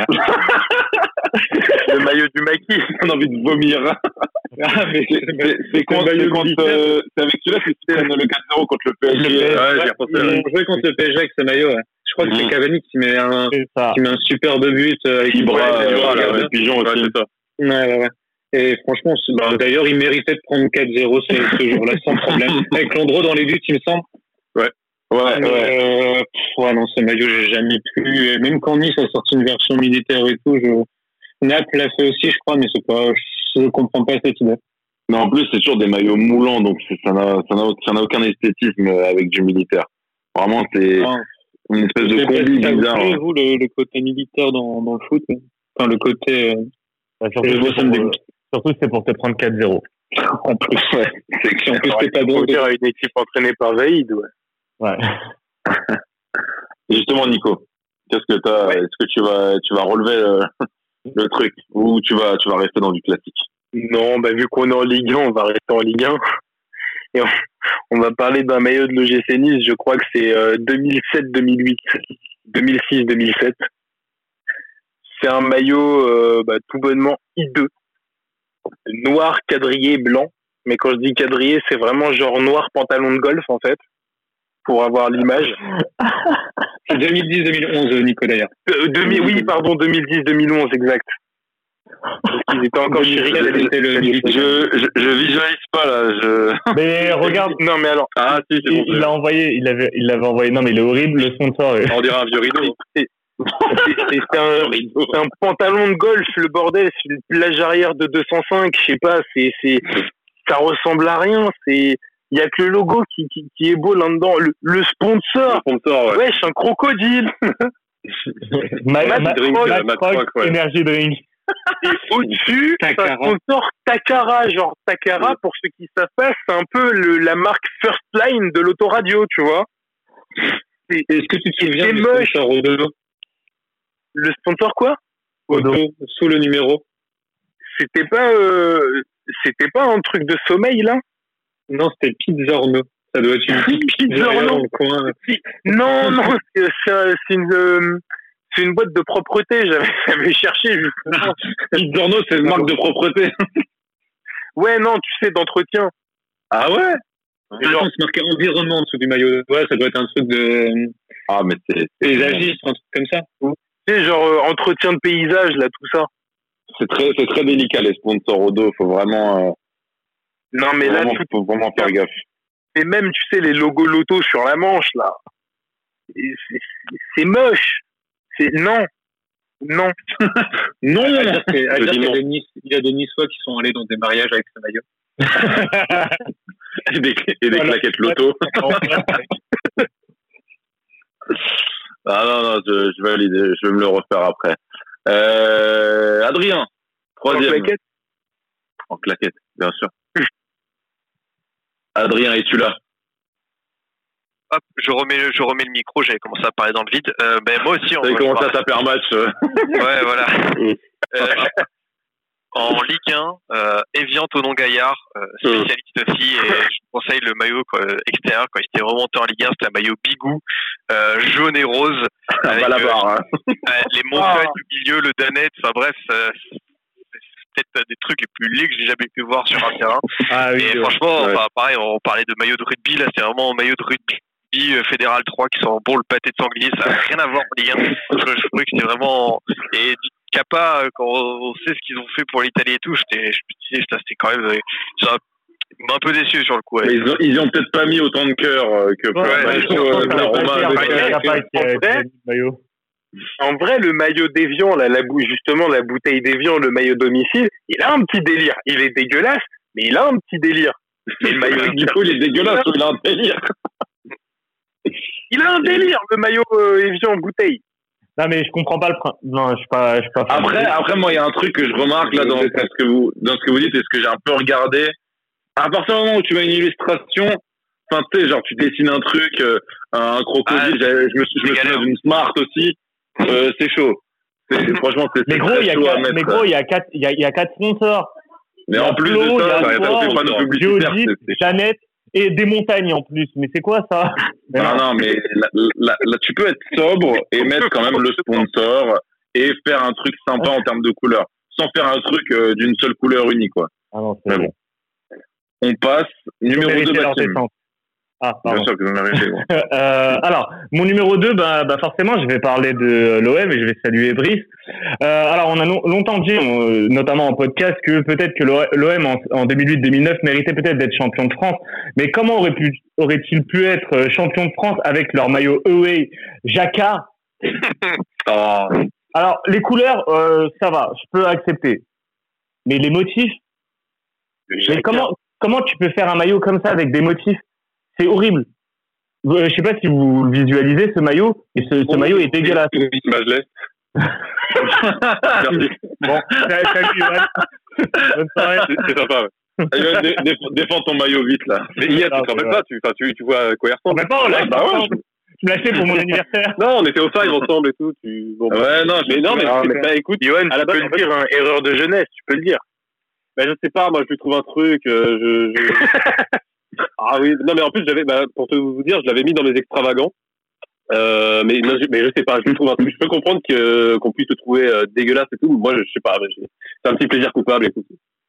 Le maillot du maquis, on a envie de vomir. C'est c'est avec celui-là que tu prennes le 4-0 contre le PSG. J'ai joué contre le PSG avec ce maillot. Ouais. Je crois que c'est Cavani qui met un superbe but avec le pigeon aussi. Ouais. Et franchement, d'ailleurs, il méritait de prendre 4-0 ce jour-là sans problème. Avec Landreau dans les buts, il me semble. Ouais, non, ce maillot, j'ai jamais pu. Et même quand Nice a sorti une version militaire et tout, Naples l'a fait aussi, je crois, mais je comprends pas cette idée. Mais en plus, c'est toujours des maillots moulants, donc ça n'a aucun esthétisme avec du militaire. Vraiment, c'est une espèce de combi bizarre. Vous, le côté militaire dans le foot, enfin, le côté. Surtout, c'est pour te prendre 4-0. En plus, ouais. En plus, c'est pas bon. Dire à une équipe entraînée par Vaïd, ouais. Justement, Nico, qu'est-ce que t'as? Est-ce que tu vas relever le truc ou tu vas rester dans du classique? Non, vu qu'on est en Ligue 1, on va rester en Ligue 1. Et on va parler d'un maillot de l'OGC Nice, je crois que c'est 2007-2008, 2006-2007. C'est un maillot tout bonnement hideux. Noir, quadrillé, blanc. Mais quand je dis quadrillé, c'est vraiment genre noir pantalon de golf, en fait. Pour avoir l'image. C'est 2010-2011, Nico, d'ailleurs. Oui, pardon, 2010-2011, exact. Parce qu'ils étaient encore chéris. Je visualise pas, là. Mais regarde. Non, mais alors. Ah, si, c'est bon. Il l'a envoyé, il l'avait envoyé. Non, mais il est horrible, le sponsor. On dirait un vieux rideau. C'est un pantalon de golf, le bordel, c'est une plage arrière de 205, je sais pas, ça ressemble à rien, il y a que le logo qui est beau là-dedans, le sponsor, ouais. Wesh, un crocodile. Matrock Energy Drink. Et au-dessus, un sponsor Takara, genre Takara, pour ceux qui savent pas, c'est un peu la marque First Line de l'autoradio, tu vois. Est-ce que tu te souviens du sponsor Odo? Le sponsor quoi? Odo, sous le numéro. C'était pas un truc de sommeil là? Non, c'était Pizzorno. Ça doit être une pizza dans le coin. Non, c'est une boîte de propreté. J'avais cherché justement. Pizzorno, c'est une marque de propreté. Ouais, non, tu sais, d'entretien. Ah ouais? Genre, c'est marqué environnement en dessous du maillot. Ouais, ça doit être un truc de. Ah, mais c'est. Paysagiste, un truc comme ça. Tu sais, genre entretien de paysage, là, tout ça. C'est très délicat, les sponsors au dos. Faut vraiment. Non, mais là, faut vraiment faire gaffe. Et même, tu sais, les logos loto sur la manche, là. C'est moche. Non. Non. À dire qu'il y a des Niçois qui sont allés dans des mariages avec ce maillot. et des claquettes loto. Ah non, je valide, je vais me le refaire après. Adrien, troisième. En claquette, bien sûr. Adrien, es-tu là? Hop, je remets le micro, j'avais commencé à parler dans le vide. Moi aussi, on va commencé à taper un match. Ouais, voilà. En Ligue 1, Evian Tonon Gaillard, spécialiste aussi, et je vous conseille le maillot extérieur quand il était remonté en Ligue 1, c'était un maillot bigou, jaune et rose, avec les montagnes du milieu, le Danet, enfin bref, c'est peut-être des trucs les plus laids que j'ai jamais pu voir sur un terrain. Ah, oui, et franchement, pareil, on parlait de maillot de rugby, là c'est vraiment un maillot de rugby Fédéral 3 qui sent bon le pâté de sanglier, ça n'a rien à voir en Ligue 1. Je trouvais que c'était vraiment... Et Kappa, quand on sait ce qu'ils ont fait pour l'Italie et tout, je me disais, c'était quand même... Ça m'a un peu déçu sur le coup. Ouais. Ils ont peut-être pas mis autant de cœur que pour la Roma. En vrai, le maillot d'Evian, justement, la bouteille d'Evian, le maillot domicile, il a un petit délire. Il est dégueulasse, mais il a un petit délire. Et le maillot du coup, il est dégueulasse ou il a un délire? Il a un délire, le maillot Evian bouteille. Non, mais je comprends pas le principe. Non, je suis pas Après, moi, il y a un truc que je remarque là dans ce que vous dites et ce que j'ai un peu regardé. À partir du moment où tu mets une illustration, enfin, tu sais, genre, tu dessines un truc, un crocodile, je me souviens d'une Smart aussi, c'est chaud. Franchement, c'est mais gros, il y a 4 sponsors. Mais en plus de ça, il y a des panneaux publicitaires. Jeannette et des montagnes en plus. Mais c'est quoi ça? Non, mais là, tu peux être sobre et mettre quand même le sponsor et faire un truc sympa en termes de couleur, sans faire un truc d'une seule couleur unie, quoi. Ah non, mais bon. On passe numéro 2, Maxime. Ah, pardon. Bien sûr que vous méritez. Alors, mon numéro 2, forcément, je vais parler de l'OM et je vais saluer Brice. Alors, on a longtemps dit, notamment en podcast, que peut-être que l'OM en 2008-2009 méritait peut-être d'être champion de France. Mais comment aurait-il pu être champion de France avec leur maillot away Jacquard? Alors, les couleurs, ça va, je peux accepter. Mais les motifs, mais comment tu peux faire un maillot comme ça avec des motifs? C'est horrible. Je sais pas si vous le visualisez, ce maillot, et ce maillot est dégueulasse. Bah, je laisse. Merci. Bon, salut Yoann. Bonne soirée. C'est sympa, ouais. Défends ton maillot vite, là. Mais hier, tu te rappelles pas, tu vois à quoi il ressemble. Mais pas, on l'a fait. Tu me l'as fait pour mon anniversaire. Non, on était au five ensemble et tout. Mais écoute, Yoann, tu peux le dire, erreur de jeunesse, tu peux le dire. Bah, je sais pas, moi, je lui trouve un truc, Ah oui, non mais en plus pour vous dire, je l'avais mis dans mes extravagants. Mais je sais pas, je trouve un truc. Je peux comprendre qu'on puisse le trouver dégueulasse et tout. Moi, je sais pas, c'est un petit plaisir coupable. Écoute,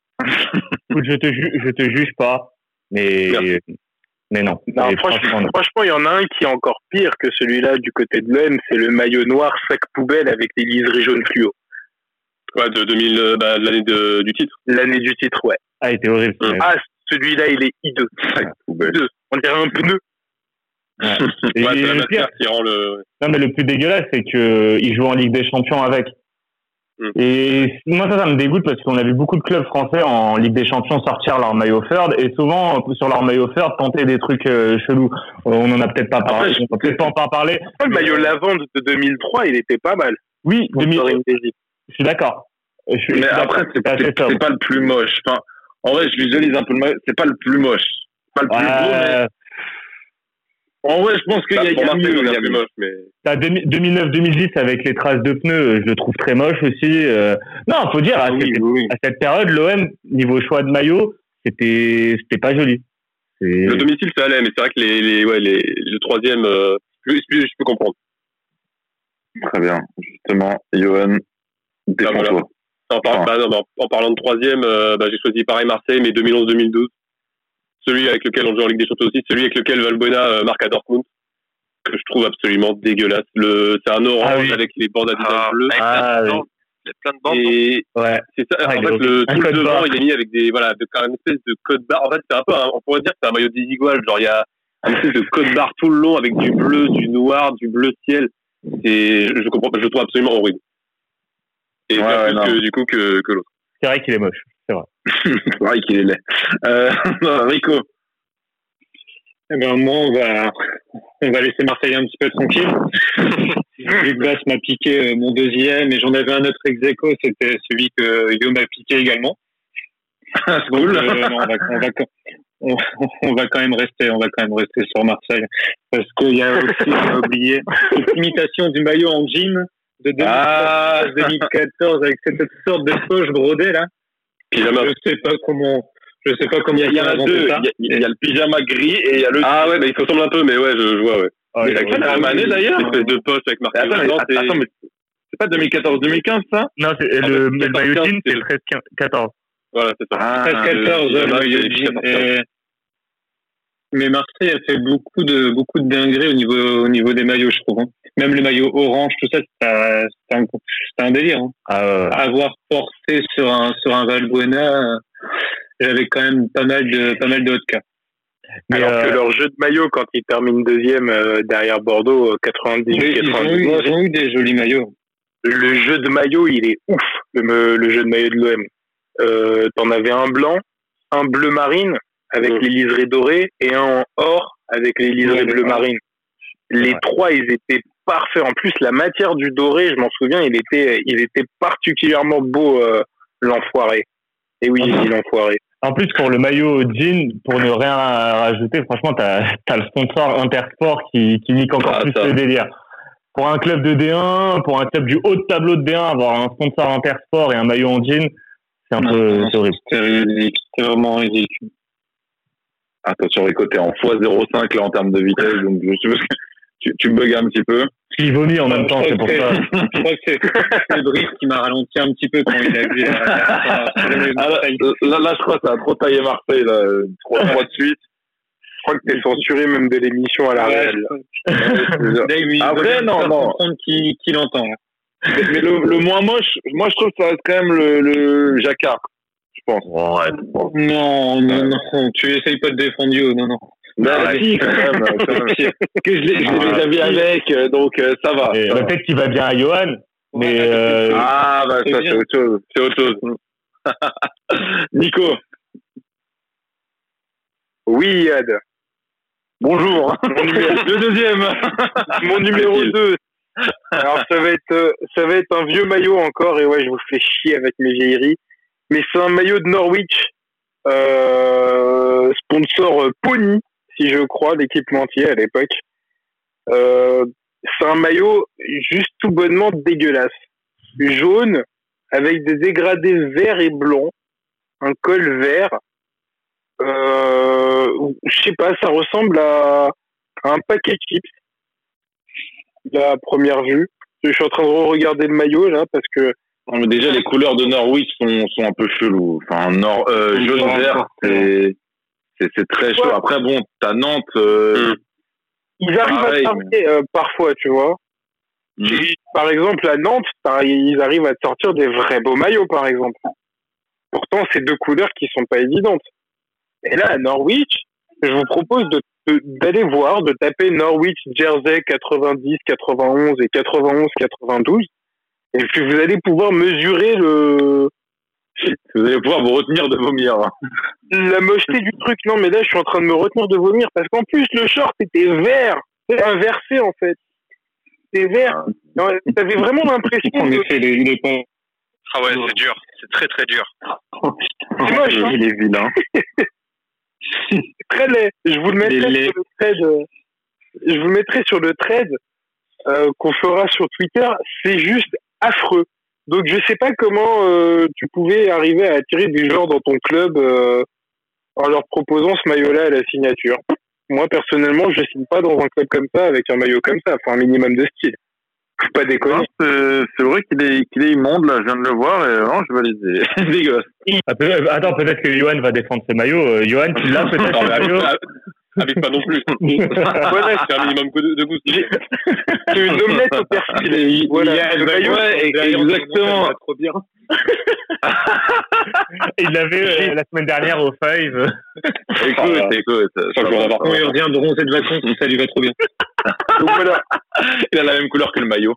je te juge pas, mais non. Franchement, il y en a un qui est encore pire que celui-là du côté de l'OM, c'est le maillot noir sac poubelle avec les liserés jaunes fluo. Ouais, de 2000, de l'année du titre. L'année du titre, ouais. Ah, il était horrible. Celui-là, il est hideux. On dirait un pneu. Ouais. C'est la matière qui rend le... Non, mais le plus dégueulasse, c'est qu'il joue en Ligue des Champions avec. Et moi, ça me dégoûte parce qu'on a vu beaucoup de clubs français en Ligue des Champions sortir leur maillot third et souvent, sur leur maillot third, tenter des trucs chelous. On en a peut-être pas parlé. On peut peut-être pas en parler. Le maillot lavande de 2003, il était pas mal. Oui, 2003. Je suis d'accord. Mais après, c'est pas le plus moche. Enfin, en vrai, je visualise un peu le maillot. C'est pas le plus moche. Pas le plus beau, mais... En vrai, je pense qu'il y a mieux. Il y a plus moche, mais... 2009-2010 avec les traces de pneus, je le trouve très moche aussi. Non, faut dire, à cette période, l'OM, niveau choix de maillot, c'était pas joli. Le domicile, ça allait, mais c'est vrai que le troisième, je peux comprendre. Très bien. Justement, Johan, défends-toi. En parlant de troisième, j'ai choisi pareil Marseille, mais 2011-2012. Celui avec lequel on joue en Ligue des Champions aussi, celui avec lequel Valbuena marque à Dortmund, que je trouve absolument dégueulasse. C'est un orange avec les bandes Adidas bleues. Il y a plein de bandes. Et c'est ça. En fait, tout le devant, il est mis avec une espèce de code barre. En fait, c'est un peu, on pourrait dire que c'est un maillot Desigual. Genre, il y a une espèce de code barre tout le long avec du bleu, du noir, du bleu ciel. Je comprends pas, je le trouve absolument horrible. Et plus que l'autre. C'est vrai qu'il est moche, c'est vrai. C'est vrai qu'il est laid. Rico. Eh ben, moi, on va laisser Marseille un petit peu tranquille. Luc Bass m'a piqué mon deuxième et j'en avais un autre ex-aequo, c'était celui que Yo m'a piqué également. C'est cool. On va quand même rester sur Marseille parce qu'il y a aussi, on a oublié, cette imitation du maillot en jean de 2014 avec cette sorte de poche brodée là. Pyjama. Je sais pas comment. Il y en a deux. Il y a le pyjama gris et il y a le. Ah ouais, il faut ressembler un peu, mais ouais, je vois, ouais. Mais c'est la même année d'ailleurs. Une espèce de poche avec marqué. Attends, mais c'est pas 2014-2015 ça? Non, le maillot jean, c'est le 13-14. Voilà, c'est ça. 13-14, le maillot jean. Mais Marseille a fait beaucoup de dingueries au niveau des maillots, je trouve. Même les maillots orange, tout ça, c'était un délire. Avoir porté sur un Valbuena, j'avais quand même pas mal de hauts cas. Mais alors que leur jeu de maillot, quand ils terminent deuxième derrière Bordeaux, 98-99, ils ont eu des jolis maillots. Le jeu de maillot, il est ouf, le jeu de maillot de l'OM. T'en avais un blanc, un bleu marine avec les liserés dorés et un en or avec les liserés bleu marine. Les trois, ils étaient parfaits. En plus, la matière du doré, je m'en souviens, il était particulièrement beau, l'enfoiré. Et oui, j'ai dit l'enfoiré. En plus, pour le maillot jean, pour ne rien rajouter, franchement, t'as le sponsor Intersport qui nique encore plus le délire. Pour un club de D1, pour un club du haut de tableau de D1, avoir un sponsor Intersport et un maillot en jean, c'est un peu horrible. C'est vraiment ridicule. Attention, Rico, t'es en x05 là en termes de vitesse, donc tu bugs un petit peu. Il vomit en même temps, c'est pour ça. Je crois que c'est Brice qui m'a ralenti un petit peu quand il a vu là, je crois que ça a trop taillé Marseille, là, 3 mois de suite. Je crois que t'es censuré même de l'émission à la réelle. Après, non. Comprendre qui l'entend. Mais le moins moche, moi je trouve que ça reste quand même le Jacquard, je pense. Non, tu essayes pas de défendre Yo, non. Si, quand même. Que je l'ai déjà vu avec, donc ça va. Peut-être qu'il va bien à Johan, mais ça c'est autre chose. Nico. Oui, Yad. Bonjour. Le deuxième. Mon numéro 2. Alors ça va être un vieux maillot encore et ouais, je vous fais chier avec mes vieilleries. Mais c'est un maillot de Norwich, sponsor Pony, si je crois, l'équipementier à l'époque. C'est un maillot juste tout bonnement dégueulasse. Jaune, avec des dégradés verts et blancs, un col vert. Je sais pas, ça ressemble à un paquet de chips, la première vue. Je suis en train de regarder le maillot, là, parce que... Non, mais déjà, les couleurs de Norwich sont un peu cheloues. Enfin, jaune-vert, c'est très chaud. Après, bon, t'as Nantes... Ils arrivent à sortir parfois, tu vois. Par exemple, à Nantes, ils arrivent à sortir des vrais beaux maillots, par exemple. Pourtant, c'est deux couleurs qui sont pas évidentes. Et là, à Norwich, je vous propose d'aller voir, de taper Norwich Jersey 90, 91 et 91, 92. Et puis, vous allez pouvoir mesurer Vous allez pouvoir vous retenir de vomir. la mocheté du truc. Non, mais là, je suis en train de me retenir de vomir parce qu'en plus, le short était vert. C'est inversé, en fait. C'est vert. T'avais vraiment l'impression En effet, il est pas... Ah ouais, c'est dur. C'est très très dur. C'est moche, hein. Il est vilain. Très laid. Je vous le mettrai sur le thread qu'on fera sur Twitter. C'est juste affreux. Donc je sais pas comment tu pouvais arriver à attirer du genre dans ton club en leur proposant ce maillot-là à la signature. Moi, personnellement, je signe pas dans un club comme ça avec un maillot comme ça. Faut un minimum de style. Faut pas déconner. C'est vrai qu'il est immonde, là, je viens de le voir, et non, je valide. C'est dégueulasse. Attends, peut-être que Johan va défendre ses maillots. Johan, tu l'as peut-être Non, le mais maillot avec pas non plus. Voilà, c'est un minimum de goût. C'est une omelette au persil. Voilà, le maillot, exactement. Trop bien. Il l'avait la semaine dernière au Five. Écoute. Quand il revient de roncer de vacances, ça lui va trop bien. donc voilà. Il a la même couleur que le maillot.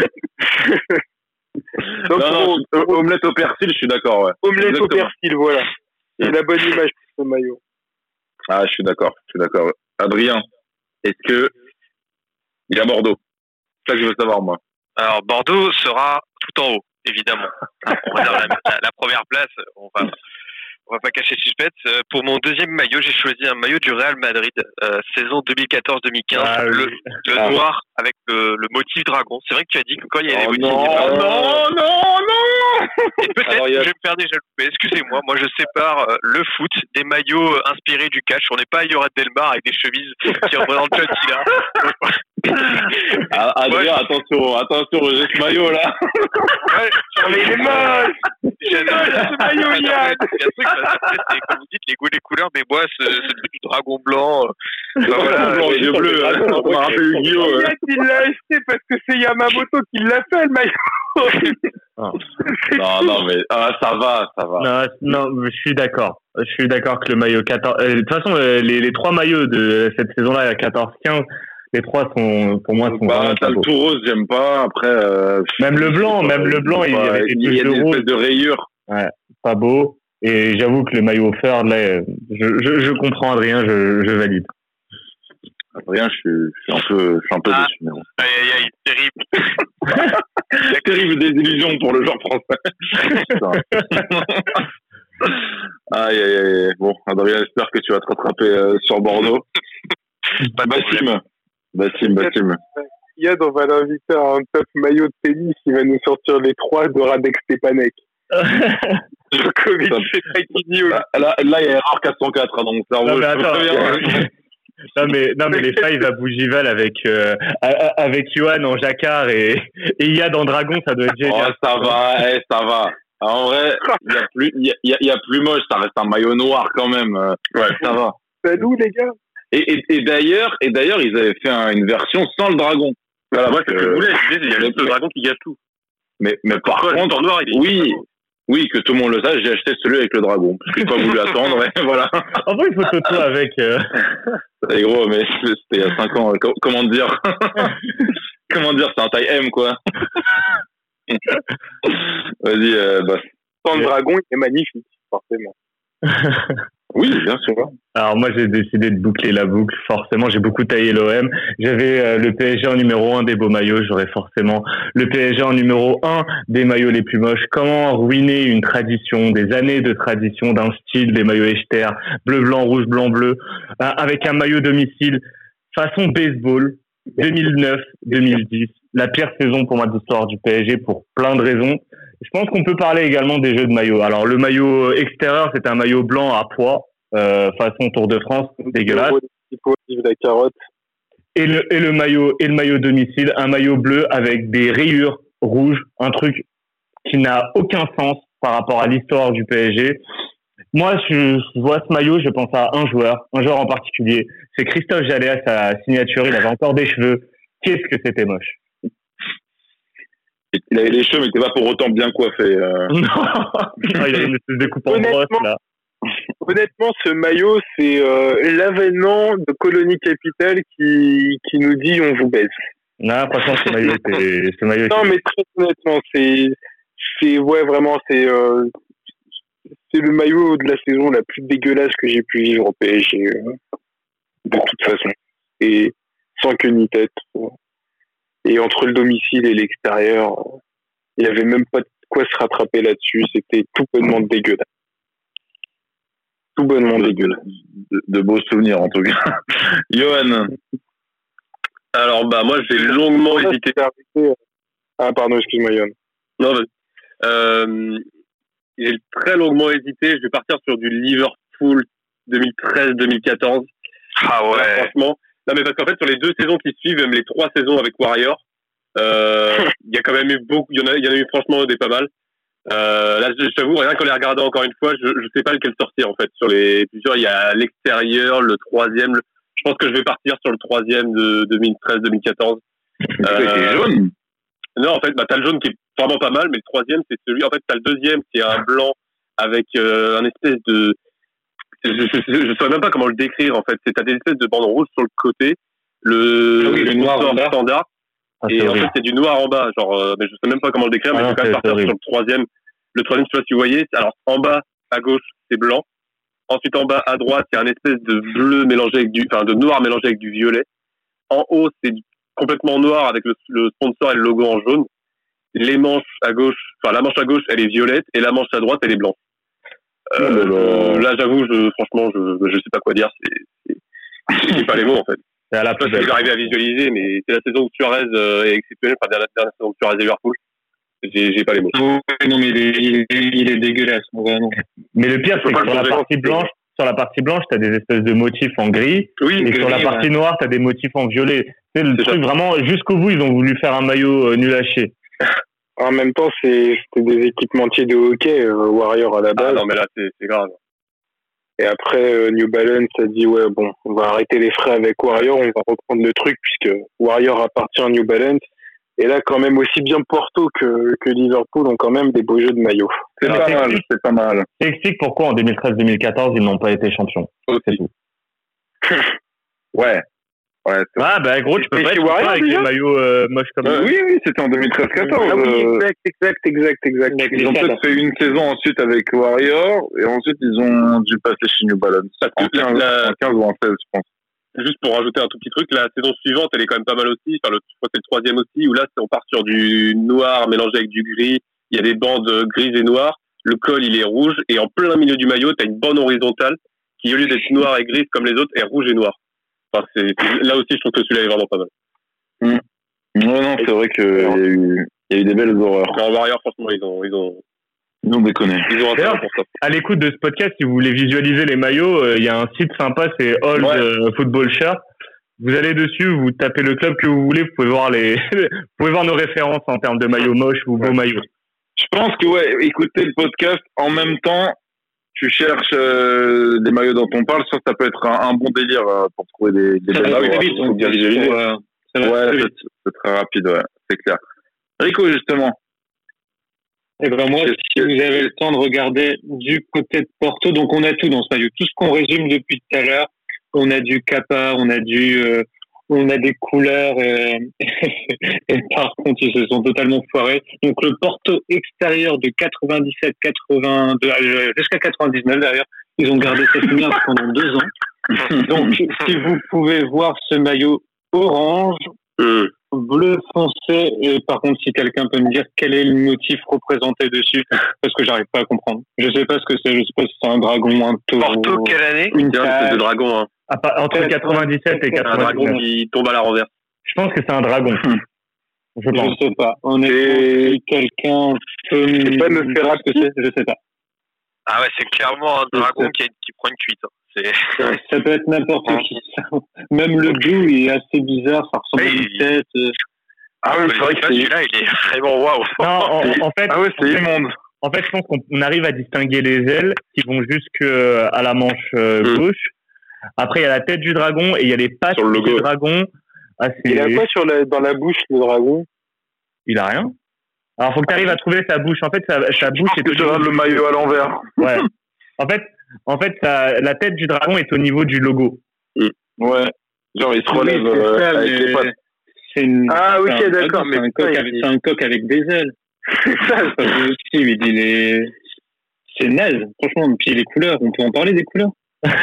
Donc, non, omelette au persil, je suis d'accord, ouais. Omelette Exactement. au persil, voilà. C'est la bonne image pour ce maillot. Ah, je suis d'accord. Adrien, est-ce que il est à Bordeaux? C'est ça que je veux savoir, moi. Alors, Bordeaux sera tout en haut, évidemment. On réserve la première place. On va pas cacher suspense. Pour mon deuxième maillot, j'ai choisi un maillot du Real Madrid, saison 2014-2015. Ah, oui. Le noir avec le motif dragon. C'est vrai que tu as dit que quand il y a des motifs... non. Et peut-être Alors, que je vais me faire déjà louper. Excusez-moi, moi je sépare le foot des maillots inspirés du catch. On n'est pas à Yorat Delmar avec des chemises qui représentent Chelsea là. Adrien, attention, j'ai ce maillot là. Ouais, Mais il est moche. ce maillot, Yann. C'est comme vous dites, les couleurs des bois, c'est du dragon blanc. Voilà, blanc, yeux bleus. On m'a rappelé Yu-Gi-Oh! Il l'a acheté parce que c'est Yamamoto qui l'a fait, le maillot. Non, mais ça va. Non, je suis d'accord. Je suis d'accord que le maillot 14... de toute façon, les trois maillots de cette saison-là, 14-15, les trois sont, pour moi, sont vraiment t'as le tout rose, j'aime pas. Après, même le blanc, il y avait il y a des espèces de rayures. Ouais, pas beau. Et j'avoue que le maillot offert, là, je comprends Adrien, je valide. Adrien, je suis un peu déçu. Mais bon. Aïe, terrible. Terrible désillusion pour le joueur français. Aïe. Bon, Adrien, j'espère que tu vas te rattraper sur Bordeaux. Bassim. Yad, on va l'inviter à un top maillot de tennis. Il va nous sortir les trois de Radek Stepanek. Djokovic et Sakini. Là, il y a erreur 404 dans mon cerveau. Non, mais attends. Non mais les Fives à Bougival avec Johan en jacquard et Yad en dragon, ça doit être génial. Oh, ça va. En vrai, il y a plus moche, ça reste un maillot noir quand même. Ouais, ça va. Salut les gars. Et d'ailleurs, ils avaient fait une version sans le dragon. Voilà, moi, c'est ce que je voulais. Il y a juste le dragon qui gâche tout. Mais par contre, en noir, oui, que tout le monde le sache, j'ai acheté celui avec le dragon. Parce que j'ai pas voulu attendre, et voilà. En vrai, il faut photo avec. C'est gros, mais c'était il y a 5 ans. Comment dire? C'est un taille M, quoi. Vas-y, Sans le dragon, il est magnifique, forcément. Oui, bien sûr. Alors moi, j'ai décidé de boucler la boucle. Forcément, j'ai beaucoup taillé l'OM. J'avais le PSG en numéro 1 des beaux maillots. J'aurais forcément le PSG en numéro 1 des maillots les plus moches. Comment ruiner une tradition, des années de tradition d'un style des maillots Echter, bleu, blanc, rouge, blanc, bleu, avec un maillot domicile façon baseball 2009-2010. La pire saison pour moi de l'histoire du PSG pour plein de raisons. Je pense qu'on peut parler également des jeux de maillots. Alors le maillot extérieur, c'était un maillot blanc à pois, façon Tour de France, dégueulasse. La carotte. Et le maillot domicile, un maillot bleu avec des rayures rouges, un truc qui n'a aucun sens par rapport à l'histoire du PSG. Moi, je vois ce maillot, je pense à un joueur en particulier. C'est Christophe Jallet à sa signature. Il avait encore des cheveux. Qu'est-ce que c'était moche. Il avait les cheveux, mais il n'était pas pour autant bien coiffé. Non, il avait une espèce de coupe en brosse, là. Honnêtement, ce maillot, c'est l'avènement de Colonie Capital qui nous dit on vous baise. Non, franchement, ce maillot. Non, mais très honnêtement, c'est le maillot de la saison la plus dégueulasse que j'ai pu vivre au PSG, de toute façon. Et sans queue ni tête. Et entre le domicile et l'extérieur, il n'y avait même pas de quoi se rattraper là-dessus. C'était tout bonnement dégueulasse. Tout bonnement dégueulasse. De beaux souvenirs, en tout cas. Johan. Alors, moi, j'ai longuement hésité. Ah, pardon, excuse-moi, Johan. Non, j'ai très longuement hésité. Je vais partir sur du Liverpool 2013-2014. Ah ouais. Là, franchement. Non, mais parce qu'en fait, sur les 2 saisons qui suivent, même les 3 saisons avec Warrior, il y a quand même eu beaucoup, il y en a eu franchement des pas mal. Là, j'avoue, rien qu'en les regardant encore une fois, je sais pas lequel sortir, en fait. Sur les plusieurs, il y a l'extérieur, le 3e, je pense que je vais partir sur le 3e de 2013-2014. C'est jaune. Non, en fait, t'as le jaune qui est vraiment pas mal, mais le 3e, c'est celui, en fait, t'as le 2e qui est un blanc avec, un espèce de, je saurais même pas comment le décrire, en fait. T'as des espèces de bandes rouges sur le côté, le noir standard. Et en fait, c'est du noir en bas, genre, mais je sais même pas comment le décrire, mais je vais quand même partir sur le 3e. Le 3e, je sais pas si vous voyez. Alors, en bas, à gauche, c'est blanc. Ensuite, en bas, à droite, il y a un espèce de bleu mélangé avec de noir mélangé avec du violet. En haut, c'est complètement noir avec le sponsor et le logo en jaune. Les manches à gauche, la manche à gauche, elle est violette et la manche à droite, elle est blanche. Là, j'avoue, franchement, je sais pas quoi dire. J'ai pas les mots, en fait. C'est à la place. Je vais arriver à visualiser, mais c'est la saison où Suarez est exceptionnel. Enfin, la dernière saison où Suarez est Liverpool. J'ai pas les mots. Non, mais il est dégueulasse. Non. Mais le pire, c'est que sur la partie blanche, t'as des espèces de motifs en gris. Oui, et sur la partie noire, t'as des motifs en violet. C'est le truc vraiment, jusqu'au bout, ils ont voulu faire un maillot nul à chier. En même temps, c'était des équipementiers de hockey, Warrior à la base. Ah non, mais là, c'est grave. Et après, New Balance a dit, ouais, bon, on va arrêter les frais avec Warrior, on va reprendre le truc, puisque Warrior appartient à New Balance. Et là, quand même, aussi bien Porto que Liverpool ont quand même des beaux jeux de maillots. C'est pas mal. Ça explique pourquoi en 2013-2014, ils n'ont pas été champions. C'est tout. Ouais. Gros, tu peux pas être Warrior avec des maillots moches comme ça. Oui, c'était en 2013-14. Ah oui, exact. Ils ont peut-être fait une saison ensuite avec Warrior, et ensuite ils ont dû passer chez New Balance. En 15 ou en 16, je pense. Juste pour rajouter un tout petit truc, la saison suivante, elle est quand même pas mal aussi. Enfin, je crois que c'est le 3e aussi, où là, on part sur du noir mélangé avec du gris. Il y a des bandes grises et noires. Le col, il est rouge. Et en plein milieu du maillot, t'as une bande horizontale qui, au lieu d'être noire et grise comme les autres, est rouge et noire. Enfin, là aussi, je trouve que celui-là est vraiment pas mal. Non, c'est vrai qu'il y a eu des belles horreurs. En Warrior, franchement, ils ont déconné. Ils ont intérêt pour ça. À l'écoute de ce podcast, si vous voulez visualiser les maillots, il y a un site sympa, c'est Old Football Shirt. Vous allez dessus, vous tapez le club que vous voulez, vous pouvez voir vous pouvez voir nos références en termes de maillots moches ou beaux maillots. Je pense que écouter le podcast en même temps, tu cherches des maillots dont on parle, ça peut être un bon délire pour trouver des ça va très vite, faut bien visualiser. C'est très rapide, c'est clair. Rico, justement. Et ben moi, si vous avez le temps de regarder du côté de Porto, donc on a tout dans ce maillot. Tout ce qu'on résume depuis tout à l'heure, on a du Kappa, on a des couleurs, et par contre, ils se sont totalement foirés. Donc le Porto extérieur de 97, 82, jusqu'à 99 d'ailleurs, ils ont gardé cette lumière pendant 2 ans. Donc si vous pouvez voir ce maillot orange, bleu foncé, et par contre, si quelqu'un peut me dire quel est le motif représenté dessus, parce que j'arrive pas à comprendre. Je sais pas ce que c'est, je sais pas si c'est un dragon, un taureau. Porto, quelle année? C'est des dragons, hein. Entre 97 et 99. Un dragon qui tombe à la renverse. Je pense que c'est un dragon. Je sais pas. Honnêtement, si quelqu'un peut me faire ce que c'est, je sais pas. Ah ouais, c'est clairement un dragon qui prend une cuite. Ça peut être n'importe qui. Même le bleu est assez bizarre, ça ressemble à une tête. Ah oui, c'est vrai que celui-là, il est vraiment waouh. En fait, c'est immonde. En fait, je pense qu'on arrive à distinguer les ailes qui vont jusqu'à la manche gauche. Après, il y a la tête du dragon et il y a les pattes du dragon. Il a quoi dans la bouche, le dragon? Il a rien. Alors, faut que tu arrives à trouver sa bouche. En fait, sa bouche est au niveau le maillot à l'envers. Ouais. En fait, la tête du dragon est au niveau du logo. Ouais. Genre, il se relève avec les pattes. Ah, ok, d'accord. Mais c'est un coq avec des ailes. C'est ça. C'est pas possible. C'est naze. Franchement, puis les couleurs, on peut en parler des couleurs.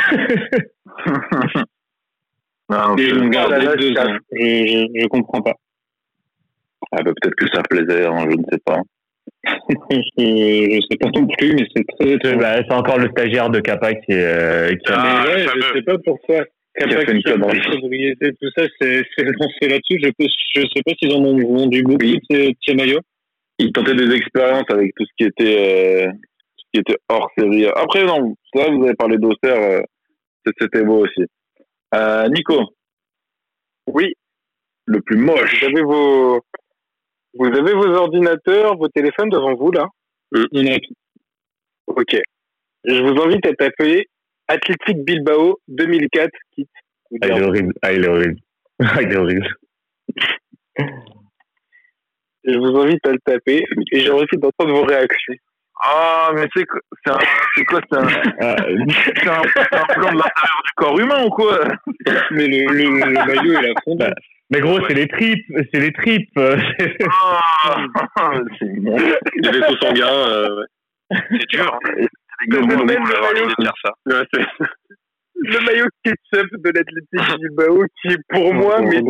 Non, et on garde 2 ans. Je comprends pas. Ah bah peut-être que ça plaisait, hein, je ne sais pas. Je sais pas non plus, mais c'est très étonnant. C'est encore le stagiaire de Kappa qui a... je sais pas pourquoi. Kappa qui a fait sobriété, tout ça, c'est lancé là-dessus. Je sais pas s'ils en ont vendu beaucoup de ces maillots. Ils tentaient des expériences avec tout ce qui était hors série. Après, non, là, vous avez parlé d'Auxerre. C'était beau aussi. Nico. Oui. Le plus moche. Vous avez vos ordinateurs, vos téléphones devant vous, là? On a tout. Ok. Je vous invite à taper Athletic Bilbao 2004 kit. Il est horrible. Il est horrible. Je vous invite à le taper et j'ai envie d'entendre vos réactions. Ah, mais c'est quoi? C'est un plan de l'intérieur du corps humain ou quoi? Mais le maillot est la fonde. Mais gros, c'est les tripes. C'est bon. Les vaisseaux sanguins, ouais. C'est dur. Hein. Le maillot ketchup de l'Athletic Bilbao qui est pour moi, mais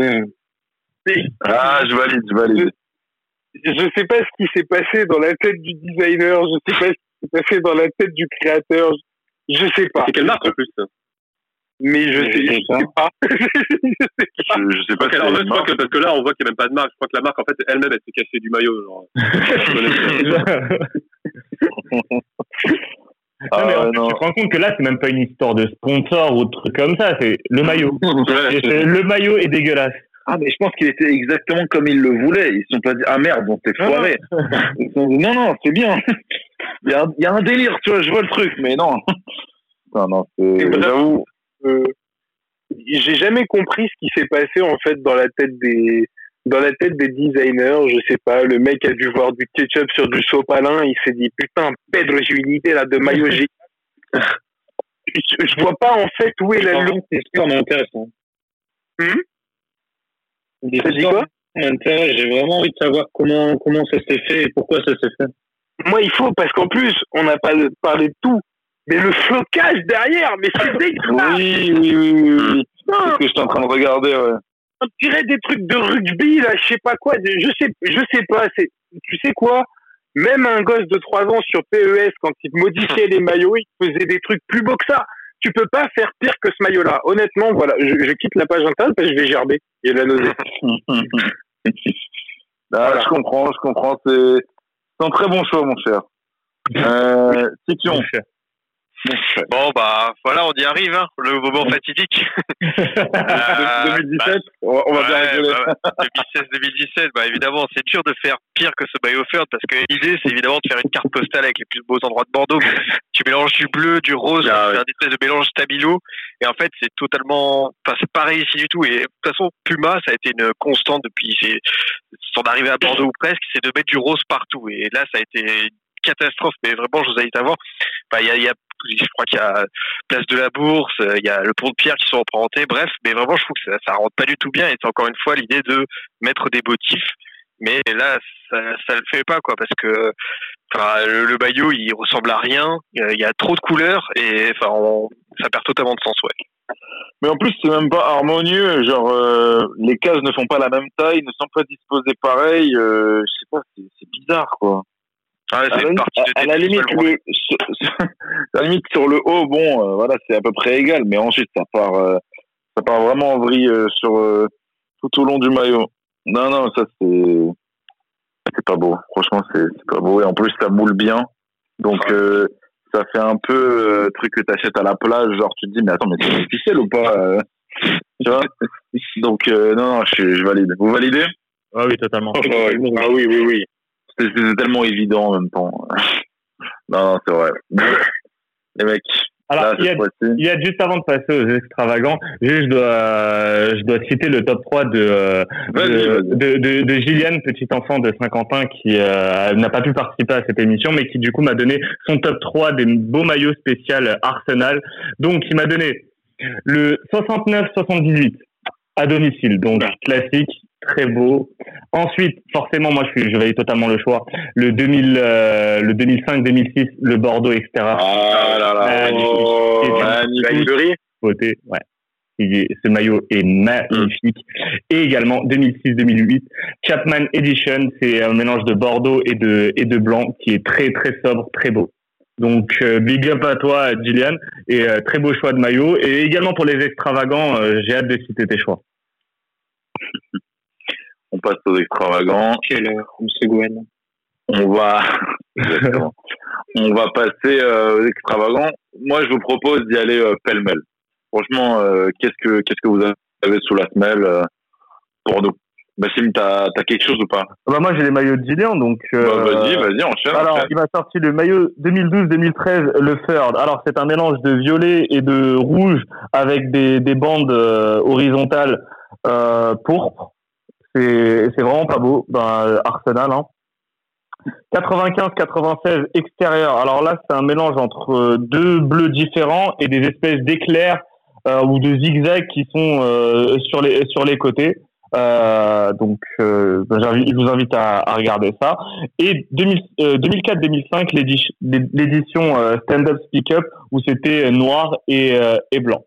je valide. Je sais pas ce qui s'est passé dans la tête du designer, je sais pas ce qui s'est passé dans la tête du créateur, je sais pas. C'est quelle marque en plus ça? Mais je sais pas. Je sais pas. Alors, je crois que, parce que là, on voit qu'il n'y a même pas de marque. Je crois que la marque, en fait, elle-même, elle s'est cachée du maillot. Genre. Non, mais en fait, tu te rends compte que là, c'est même pas une histoire de sponsor ou de truc comme ça, c'est le maillot. Le maillot est dégueulasse. Ah, mais je pense qu'il était exactement comme ils le voulaient. Ils se sont pas dit, ah merde, on s'est foiré. Ils se sont dit, non, c'est bien. Il y a un délire, tu vois, je vois le truc, mais non. Non, j'avoue. J'ai jamais compris ce qui s'est passé, en fait, dans la tête des designers. Je sais pas, le mec a dû voir du ketchup sur du sopalin, il s'est dit, putain, Pedro, j'ai une idée, là, de maillot. Je vois pas, en fait, où est la logique. C'est super intéressant. Ça dit quoi? J'ai vraiment envie de savoir comment ça s'est fait et pourquoi ça s'est fait. Moi, il faut, parce qu'en plus, on n'a pas parlé de tout, mais le flocage derrière, mais c'est dégueulasse. Oui. C'est ce que je suis en train de regarder, ouais. On dirait des trucs de rugby, là, je sais pas quoi, je sais pas, tu sais quoi? Même un gosse de 3 ans sur PES, quand il modifiait les maillots, il faisait des trucs plus beaux que ça. Tu peux pas faire pire que ce maillot-là. Honnêtement, voilà, je quitte la page internet parce que je vais gerber. Il y a de la nausée. Voilà. Je comprends. C'est un très bon choix, mon cher. Section. Bon, bah, voilà, on y arrive, hein, le moment fatidique. 2017, on va bien rigoler. 2016-2017, évidemment, c'est dur de faire pire que ce maillot Ferd, parce que l'idée, c'est évidemment de faire une carte postale avec les plus beaux endroits de Bordeaux. Tu mélanges du bleu, du rose, tu fais un espèce de mélange stabilo, et en fait, c'est pas réussi du tout. Et de toute façon, Puma, ça a été une constante depuis son arrivée à Bordeaux ou presque, c'est de mettre du rose partout. Et là, ça a été une catastrophe, mais vraiment, je vous invite à voir. Je crois qu'il y a Place de la Bourse, il y a le Pont de Pierre qui sont représentés, bref, mais vraiment je trouve que ça rentre pas du tout bien, et c'est encore une fois l'idée de mettre des motifs, mais là ça le fait pas, quoi, parce que le maillot il ressemble à rien, il y a trop de couleurs, et ça perd totalement de sens, ouais. Mais en plus c'est même pas harmonieux, genre les cases ne font pas la même taille, ne sont pas disposées pareil, je sais pas, c'est bizarre, quoi. Ah, c'est une partie de à la limite sur le haut, bon, voilà, c'est à peu près égal, mais ensuite ça part vraiment en vrille sur tout au long du maillot. Non, ça c'est pas beau. Franchement, c'est pas beau, et en plus ça moule bien, donc ça fait un peu truc que t'achètes à la plage, genre tu te dis mais attends, mais c'est officiel ou pas, tu vois? Donc non, je valide. Vous validez? Ah oui, totalement. Ah oui. C'est tellement évident en même temps. Non, c'est vrai. Les mecs. Alors, là, il y a juste avant de passer aux extravagants, je dois citer le top 3 de Gilliane, petit enfant de Saint-Quentin, qui n'a pas pu participer à cette émission, mais qui du coup m'a donné son top 3 des beaux maillots spécial Arsenal. Donc, il m'a donné le 69-78 à domicile, donc classique. Très beau. Ensuite, forcément, moi, je valide totalement le choix. Le 2005-2006, le Bordeaux, etc. Ah là là. Magnifique. Beauté, ouais. Ce maillot est magnifique. Et également, 2006-2008, Chapman Edition, c'est un mélange de Bordeaux et de blanc qui est très, très sobre, très beau. Donc, big up à toi, Gillian. Et très beau choix de maillot. Et également pour les extravagants, j'ai hâte de citer tes choix. On passe aux extravagants. C'est Gwen. On va passer aux extravagants. Moi, je vous propose d'y aller pêle-mêle. Franchement, qu'est-ce que vous avez sous la semelle pour nous? Bassim, t'as quelque chose ou pas? Bah moi j'ai les maillots de Gillian donc. Vas-y, enchaîne. Alors il m'a sorti le maillot 2012-2013 le Third. Alors c'est un mélange de violet et de rouge avec des bandes horizontales pourpres. C'est vraiment pas beau. Arsenal. Hein. 95-96 extérieur. Alors là c'est un mélange entre deux bleus différents et des espèces d'éclairs ou de zigzags qui sont sur les côtés. Je vous invite à regarder ça. Et 2004-2005, l'édition Stand Up Speak Up où c'était noir et blanc.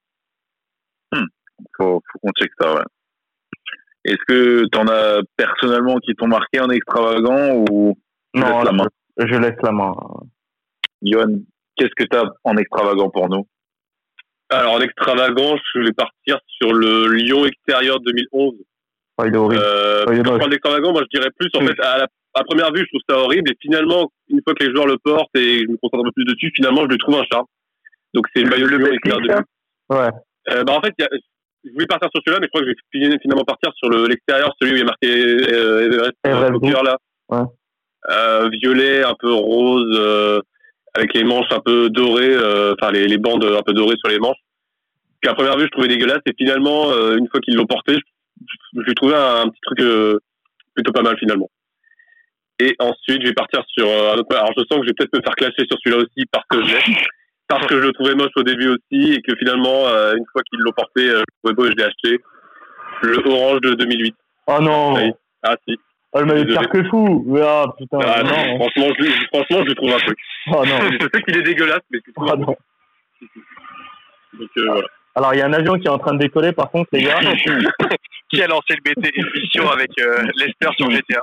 Faut qu'on check ça, ouais. Est-ce que t'en as personnellement qui t'ont marqué en extravagant ou non, la main? Je laisse la main. Yohan, qu'est-ce que t'as en extravagant pour nous? Alors, en extravagant, je vais partir sur le Lyon extérieur 2011. Oh, il est horrible. Quand je parle d'extravagant, moi, je dirais plus, en fait, à première vue, je trouve ça horrible. Et finalement, une fois que les joueurs le portent et je me concentre un peu plus dessus, finalement, je lui trouve un charme. Donc, c'est le maillot de Lyon extérieur 2011. Ouais. En fait, je voulais partir sur celui-là, mais je crois que je vais finalement partir sur l'extérieur, celui où il y a marqué Everest Poker, là. Ouais. Violet, un peu rose, avec les manches un peu dorées, les bandes un peu dorées sur les manches. Qu'à première vue, je trouvais dégueulasse. Et finalement, une fois qu'ils l'ont porté, je lui trouvais un petit truc plutôt pas mal, finalement. Et ensuite, je vais partir sur un autre. Alors, je sens que je vais peut-être me faire clasher sur celui-là aussi parce que je l'ai. Parce que je le trouvais moche au début aussi et que finalement, une fois qu'ils l'ont porté, je le trouvais beau et je l'ai acheté. Le orange de 2008. Oh non! Ah si. Oh, le maillot de Carquefou! Ah putain! Non. Franchement, je lui trouve un truc. Oh non! Je sais qu'il est dégueulasse, mais je trouve un truc. Donc voilà. Alors, il y a un avion qui est en train de décoller, par contre, les gars. Qui a lancé le BT émission avec Lester sur GTA?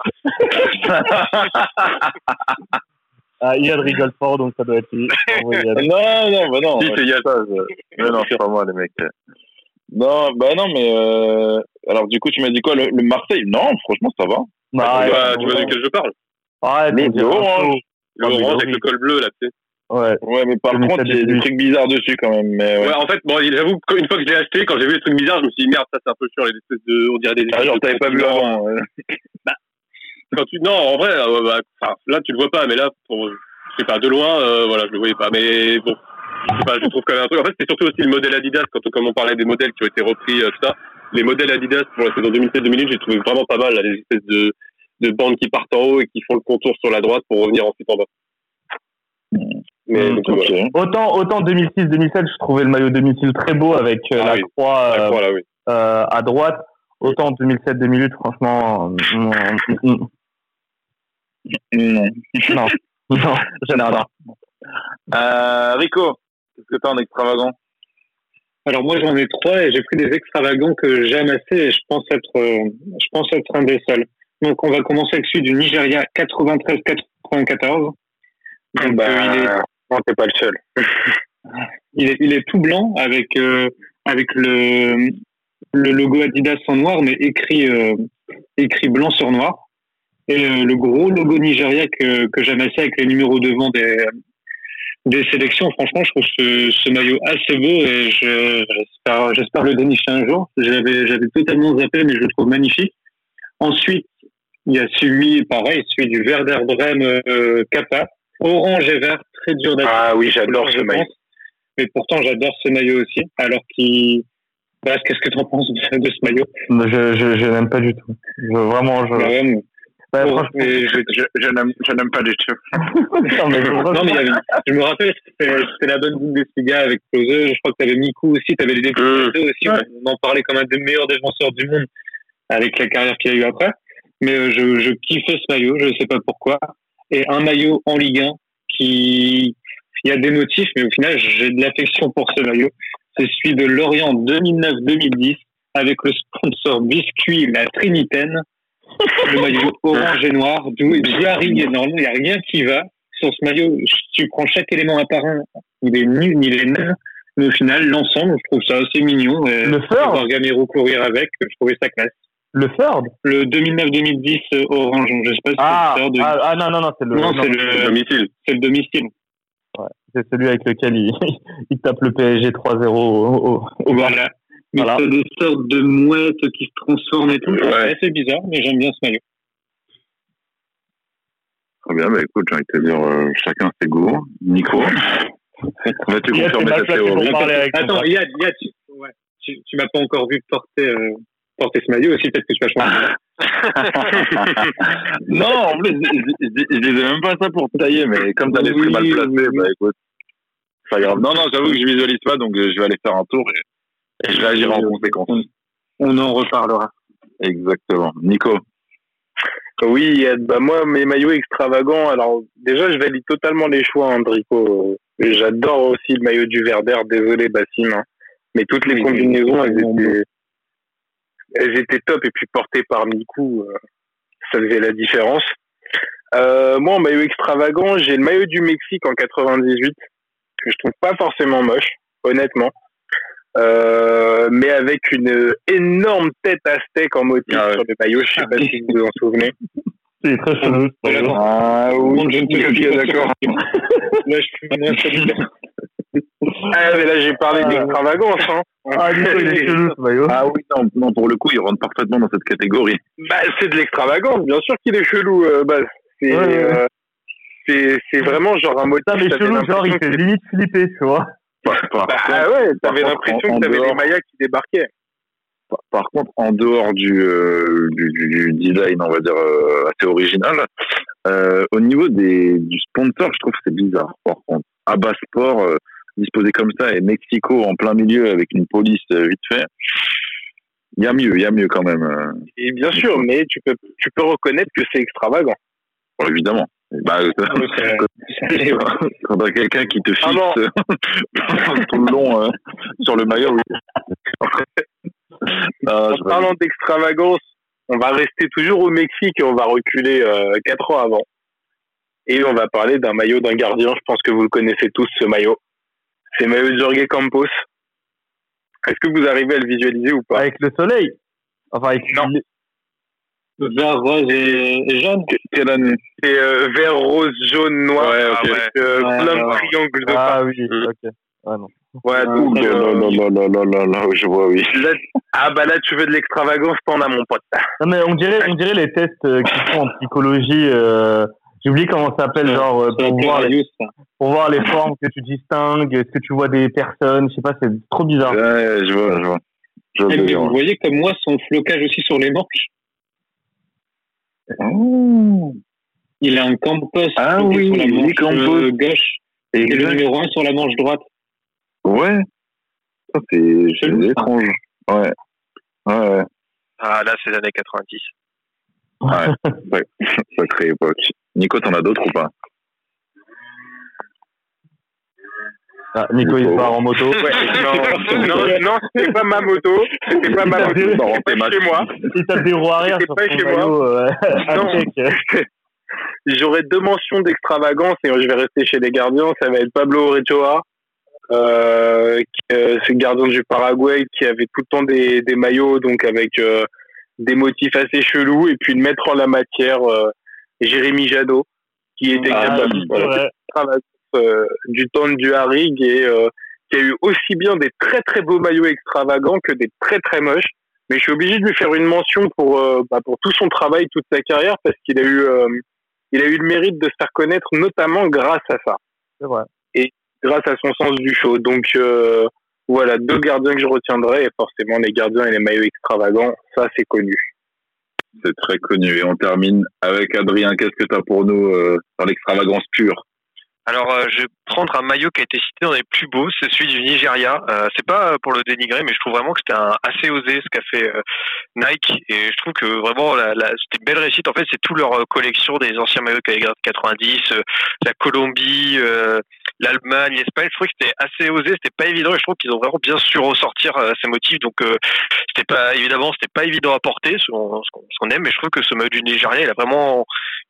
Yann rigole fort, donc ça doit être lui. Non. Si, c'est Yann. Mais non, c'est pas moi, les mecs. Non, mais alors du coup, tu m'as dit quoi, le Marseille? Non, franchement, ça va. Tu vois duquel je parle? Ouais, mais le orange avec le col bleu, là, tu sais. Ouais, mais par contre, il y a des trucs bizarres dessus quand même. Mais ouais, en fait, bon, j'avoue, une fois que je l'ai acheté, quand j'ai vu les trucs bizarres, je me suis dit, merde, ça c'est un peu chiant, les espèces de, on dirait des. Ah, genre, t'avais pas vu avant. Non, en vrai, là, tu le vois pas, mais là, je sais pas, de loin, je le voyais pas, mais bon, je sais pas, je trouve quand même un truc. En fait, c'est surtout aussi le modèle Adidas, comme on parlait des modèles qui ont été repris, tout ça. Les modèles Adidas pour la saison 2007-2008, j'ai trouvé vraiment pas mal, là, les espèces de bandes qui partent en haut et qui font le contour sur la droite pour revenir ensuite en bas. Mais okay. Autant 2006-2007, je trouvais le maillot domicile très beau avec la croix là, oui. À droite. Autant 2007-2008, franchement, non, j'en ai rien. Rico, qu'est-ce que t'as en extravagant? Alors moi j'en ai 3 et j'ai pris des extravagants que j'aime assez et je pense être un des seuls. Donc on va commencer avec celui du Nigeria 93-94. Donc non, t'es pas le seul. il est tout blanc avec le logo Adidas en noir mais écrit blanc sur noir et le gros logo Nigeria que j'aime assez avec les numéros devant des sélections. Franchement, je trouve ce maillot assez beau et j'espère le dénicher un jour. J'avais totalement zappé, mais je le trouve magnifique. Ensuite, il y a celui du Werder Brême Kappa, orange et vert, très dur d'acheter. Ah oui, j'adore ce maillot. Mais pourtant, j'adore ce maillot aussi. Alors qu'est-ce que tu en penses de ce maillot? Je n'aime pas du tout. Je n'aime pas du tout. Je me rappelle, c'était la bonne Bundesliga avec Klose. Je crois que tu avais Miku aussi, tu avais les débuts aussi. Ouais. On en parlait comme un des meilleurs défenseurs du monde avec la carrière qu'il a eu après. Mais je kiffais ce maillot, je ne sais pas pourquoi. Et un maillot en Ligue 1 il y a des motifs, mais au final, j'ai de l'affection pour ce maillot. C'est celui de Lorient 2009-2010 avec le sponsor biscuit La Trinitaine. Le maillot orange et noir, d'où Jarry, normalement, il n'y a rien qui va. Sur ce maillot, tu prends chaque élément à part un, il est nul, il est nain. Mais au final, l'ensemble, je trouve ça assez mignon. Le Ford voir Gamero courir avec, je trouvais ça classe. Le Ford Le 2009-2010 orange, je sais pas si c'est le Ford. Non, c'est le... Non, c'est le domicile. C'est le domicile. Ouais. c'est celui avec lequel il tape le PSG 3-0 au Voilà. Mais Voilà. c'est des sortes de mouettes qui se transforment et tout. Ouais. C'est assez bizarre, mais j'aime bien ce maillot. Très bien, bah écoute, j'ai envie de te dire, chacun ses goûts. Nico, vas-tu Yann, confirmer c'est cette mal placé théorie? pour parler avec ton Attends, frère. Yad, tu m'as pas encore vu porter ce maillot aussi, peut-être que tu vas changer. Non, en plus, je disais même pas ça pour te tailler, mais comme t'as l'esprit mal placé, bah écoute, c'est pas grave. Non, j'avoue que je visualise pas, donc je vais aller faire un tour et je réagirai en conséquence. On en reparlera. Exactement. Nico. Oui, bah moi, mes maillots extravagants, alors déjà, je valide totalement les choix, Andrico. J'adore aussi le maillot du Werder, désolé Bassim, hein. Mais toutes les combinaisons, elles étaient top, et puis portées par Miku, ça faisait la différence. Moi, en maillot extravagant, j'ai le maillot du Mexique en 98, que je trouve pas forcément moche, honnêtement. Mais avec une énorme tête aztèque en motif sur le maillot, je sais pas si vous vous en souvenez. C'est très chelou. Ah oui, Je ne suis ok, d'accord. Là, je suis moins solidaire. Ah, mais là, j'ai parlé d'extravagance, hein. Ah, Nico, il est chelou, ce maillot. Ah oui, non, pour le coup, il rentre parfaitement dans cette catégorie. Bah, c'est de l'extravagance, bien sûr qu'il est chelou, bah, c'est vraiment genre un motif. Putain, mais chelou, genre, il fait limite flipper, tu vois. Ah ouais, t'avais l'impression que t'avais les Mayas qui débarquaient. Par contre, en dehors du design, on va dire, assez original, au niveau du sponsor, je trouve que c'est bizarre. Par contre, Abba Sport, disposé comme ça, et Mexico en plein milieu avec une police vite fait, il y a mieux quand même. Et bien sûr, mais tu peux reconnaître que c'est extravagant. Bon, évidemment. Bah, quand t'as quelqu'un qui te fixe tout le long sur le maillot, oui. En parlant d'extravagance, on va rester toujours au Mexique et on va reculer 4 ans avant. Et on va parler d'un maillot d'un gardien. Je pense que vous le connaissez tous, ce maillot. C'est le maillot de Jorge Campos. Est-ce que vous arrivez à le visualiser ou pas? Avec le soleil. Enfin, avec non. Vert, rose et jaune. Quelle année? C'est vert, rose, jaune, noir, avec plein de triangles de Ah oui, ok. Ah non. Ouais, donc, je vois, oui. Là, là, tu veux de l'extravagance, t'en as, mon pote. Non, mais on dirait les tests qu'ils font en psychologie. J'ai oublié comment ça s'appelle, genre, pour voir les formes que tu distingues, est-ce que tu vois des personnes, je sais pas, c'est trop bizarre. Ouais, je vois. Vous voyez comme moi son flocage aussi sur les manches. Oh. Il a un Campos sur la manche gauche et le numéro 1 sur la manche droite. Ouais. Ça, c'est étrange. Ouais. Ah, là, c'est l'année 90. Ouais. Sacrée époque. Nico, t'en as d'autres ou pas? Ah, Nico, il part en moto. Ouais, non, c'était pas ma moto. C'était pas ma moto. C'était pas chez moi. Il tape des roues arrière sur pas son chez maillot. Non. J'aurais 2 mentions d'extravagance et je vais rester chez les gardiens. Ça va être Pablo Orejoa, c'est le gardien du Paraguay qui avait tout le temps des maillots donc avec des motifs assez chelous, et puis de mettre en la matière Jérémy Jadot qui était capable du temps du Harig et qui a eu aussi bien des très très beaux maillots extravagants que des très très moches. Mais je suis obligé de lui faire une mention pour tout son travail, toute sa carrière, parce qu'il a eu le mérite de se faire connaître, notamment grâce à ça. C'est vrai. Et grâce à son sens du show. Donc voilà, 2 gardiens que je retiendrai, et forcément les gardiens et les maillots extravagants, ça c'est connu. C'est très connu. Et on termine avec Adrien. Qu'est-ce que tu as pour nous dans l'extravagance pure? Alors, je vais prendre un maillot qui a été cité dans les plus beaux, c'est celui du Nigeria. C'est pas pour le dénigrer, mais je trouve vraiment que c'était assez osé ce qu'a fait Nike, et je trouve que vraiment c'était une belle réussite. En fait, c'est toute leur collection des anciens maillots de 90, la Colombie, l'Allemagne, l'Espagne. Je trouve que c'était assez osé, c'était pas évident, et je trouve qu'ils ont vraiment bien su ressortir ces motifs. Donc, c'était pas évident à porter, ce qu'on aime, mais je trouve que ce maillot du Nigeria, il a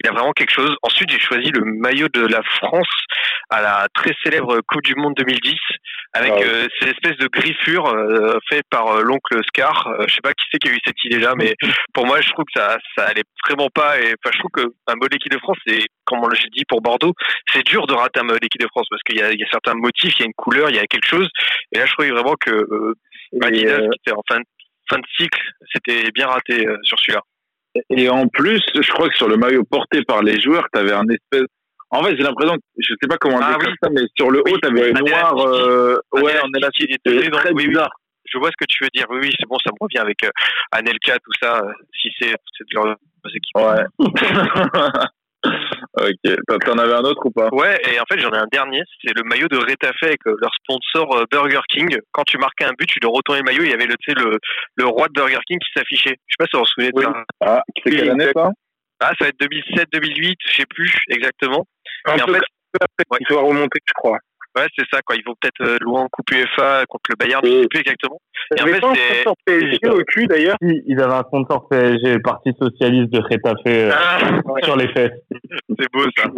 Il a vraiment quelque chose. Ensuite, j'ai choisi le maillot de la France à la très célèbre Coupe du Monde 2010 avec ces espèces de griffures faites par l'oncle Scar. Je sais pas qui c'est qui a eu cette idée-là, mais pour moi, je trouve que ça allait vraiment pas. Et enfin, je trouve qu'un mode équipe de France, c'est, comme j'ai dit pour Bordeaux, c'est dur de rater un mode équipe de France parce qu'il y a certains motifs, il y a une couleur, il y a quelque chose. Et là, je trouvais vraiment que Adidas, qui était en fin de cycle, c'était bien raté sur celui-là. Et en plus, je crois que sur le maillot porté par les joueurs, t'avais un espèce. En fait, j'ai l'impression que je sais pas comment décrire ça, mais sur le haut, t'avais noir. En élastique, c'était très bizarre. Je vois ce que tu veux dire. Oui, c'est bon, ça me revient avec Anelka, tout ça. Si c'est de leurs équipes. Ouais. Ok. T'en avais un autre ou pas? Ouais, et en fait, j'en ai un dernier. C'est le maillot de Retafe avec leur sponsor Burger King. Quand tu marquais un but, tu dois retourner le maillot. Il y avait le roi de Burger King qui s'affichait. Je sais pas si vous vous souvenez de ça. Ah, c'est quelle année ça? Ah, ça va être 2007, 2008, je sais plus exactement. Et en fait, il doit remonter, je crois. Ouais, c'est ça, quoi. Ils vont peut-être loin en Coupe UEFA contre le Bayern, je sais plus exactement. Et en fait, c'est un sponsor PSG au cul, d'ailleurs. Ils avaient un sponsor PSG, le Parti Socialiste de Retafe, sur les fesses. C'est beau, ça.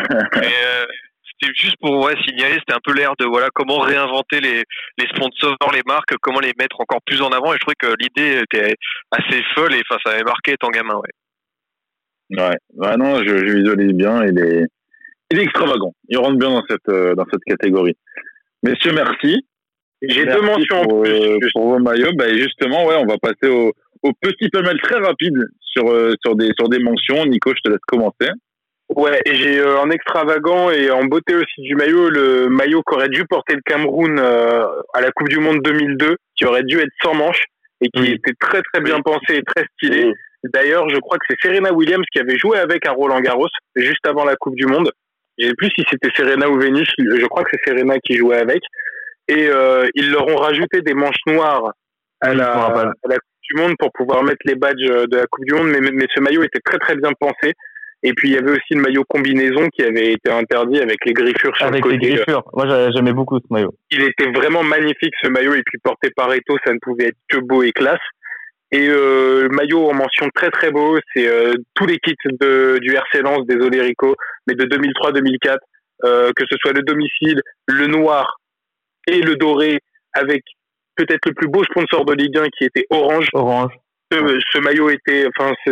C'était juste pour signaler, c'était un peu l'air de comment réinventer les sponsors, les marques, comment les mettre encore plus en avant. Et je trouvais que l'idée était assez folle et ça avait marqué étant gamin, Ouais, non, je visualise bien. Il est extravagant. Il rentre bien dans cette catégorie. Messieurs, merci. J'ai deux mentions en plus pour vos maillots. Justement, on va passer au petit panel très rapide sur des mentions. Nico, je te laisse commencer. Ouais, et j'ai en extravagant et en beauté aussi du maillot, le maillot qu'aurait dû porter le Cameroun à la Coupe du Monde 2002, qui aurait dû être sans manches et qui était très très bien pensé et très stylé. D'ailleurs, je crois que c'est Serena Williams qui avait joué avec à Roland-Garros juste avant la Coupe du Monde. Je ne sais plus si c'était Serena ou Venus. Je crois que c'est Serena qui jouait avec. Et ils leur ont rajouté des manches noires à la Coupe du Monde pour pouvoir mettre les badges de la Coupe du Monde. Mais ce maillot était très très bien pensé. Et puis il y avait aussi le maillot combinaison qui avait été interdit avec les griffures sur le côté. Avec les griffures. Moi j'aimais beaucoup ce maillot. Il était vraiment magnifique ce maillot. Et puis porté par Eto'o, ça ne pouvait être que beau et classe. Et le maillot en mention très très beau, c'est tous les kits du RC Lens, désolé Rico, mais de 2003-2004, que ce soit le domicile, le noir et le doré, avec peut-être le plus beau sponsor de Ligue 1 qui était Orange. Ce maillot était,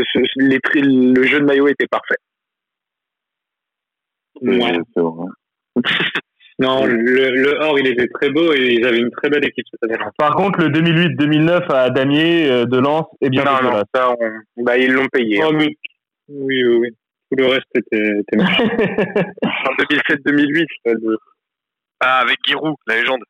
le jeu de maillot était parfait. Ouais. Non, le or, il était très beau et ils avaient une très belle équipe cette année-là. Par contre, le 2008-2009 à Damier de Lens est bien dégueulasse. Ça, ils l'ont payé. Oh, oui. Tout le reste était moche. En 2007-2008. Avec Giroud, la légende.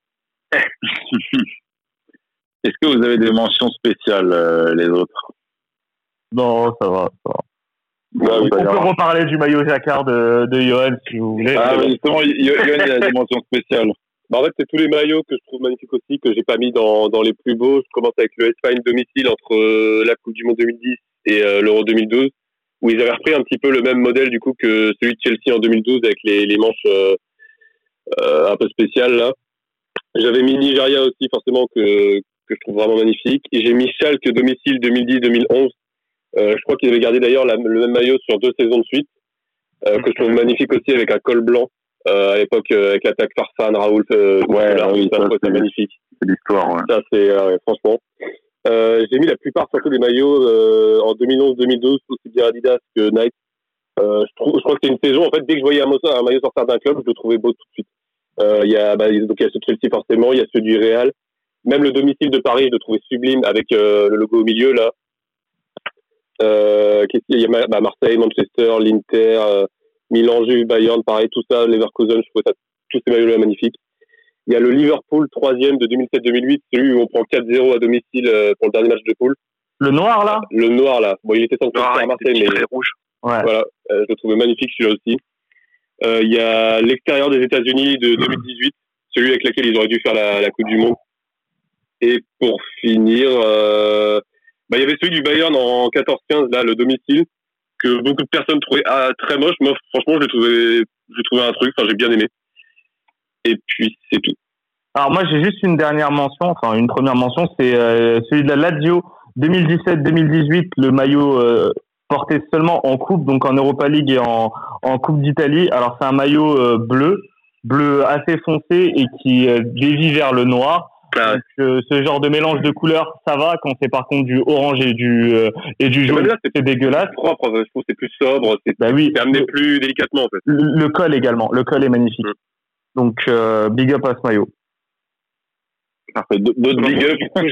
Est-ce que vous avez des mentions spéciales, les autres? Non, ça va. On peut reparler du maillot jacquard de Johan si vous voulez. Ah, justement, Johan, il a des mentions spéciales. En fait, c'est tous les maillots que je trouve magnifiques aussi, que j'ai pas mis dans les plus beaux. Je commence avec le Espagne domicile entre la Coupe du Monde 2010 et l'Euro 2012, où ils avaient repris un petit peu le même modèle du coup que celui de Chelsea en 2012 avec les manches un peu spéciales là. J'avais mis Nigeria aussi forcément que je trouve vraiment magnifique. Et j'ai mis Schalke domicile 2010-2011. Je crois qu'ils avaient gardé d'ailleurs le même maillot sur 2 saisons de suite, que je trouve magnifique aussi avec un col blanc à l'époque avec l'attaque Farfan, Raoul. C'est magnifique. C'est l'histoire. Ouais. Ça c'est franchement. J'ai mis la plupart surtout des maillots en 2011-2012 aussi bien Adidas que Nike. Je crois que c'est une saison en fait dès que je voyais un maillot sortir d'un club, je le trouvais beau tout de suite. Il y a ceux de Chelsea forcément, il y a ceux du Real. Même le domicile de Paris, je le trouvais sublime avec le logo au milieu là. Il y a Marseille, Manchester, l'Inter, Milan, Juve, Bayern, pareil, tout ça, Leverkusen, je trouvais tous ces maillots-là magnifiques. Il y a le Liverpool 3e de 2007-2008, celui où on prend 4-0 à domicile pour le dernier match de poule. Le noir là? Le noir là. Bon, il était sans doute à Marseille, mais rouge. Ouais. Voilà, je le trouvais magnifique celui-là aussi. Il y a l'extérieur des États-Unis de 2018, celui avec lequel ils auraient dû faire la Coupe du Monde. Et pour finir, il y avait celui du Bayern en 14-15, là, le domicile, que beaucoup de personnes trouvaient très moche. Moi, franchement, j'ai trouvé un truc, j'ai bien aimé. Et puis, c'est tout. Alors, moi, j'ai juste une première mention, c'est celui de la Lazio 2017-2018, le maillot porté seulement en coupe, donc en Europa League et en Coupe d'Italie. Alors c'est un maillot bleu assez foncé et qui dévie vers le noir. Ah. Donc, ce genre de mélange de couleurs, ça va. Quand c'est par contre du orange et du jaune, là, c'est dégueulasse. C'est propre, je trouve que c'est plus sobre, c'est amené plus délicatement en fait. Le col également, le col est magnifique. Donc big up à ce maillot. Parfait. D'autres big up. Du coup,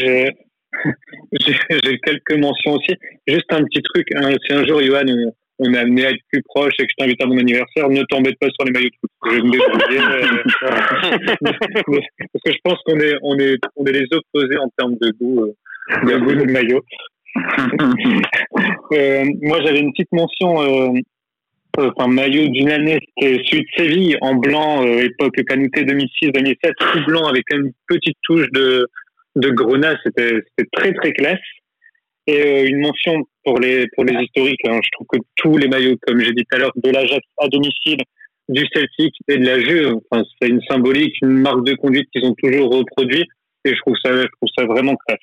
j'ai quelques mentions aussi. Juste un petit truc, hein, si un jour, Johan, on est amené à être plus proche et que je t'invite à mon anniversaire, ne t'embête pas sur les maillots de foot. Je vais me débrouiller. Parce que je pense qu'on est les opposés en termes de goût de maillot. Moi, j'avais une petite mention, maillot d'une année, c'était celui de Séville, en blanc, époque Canouté 2006-2007, tout blanc avec une petite touche de grenat, c'était très très classe. Et une mention pour les historiques, hein. Je trouve que tous les maillots, comme j'ai dit tout à l'heure, de l'Ajax à domicile, du Celtic et de la Juve, enfin, c'est une symbolique, une marque de conduite qu'ils ont toujours reproduit, et je trouve ça vraiment classe.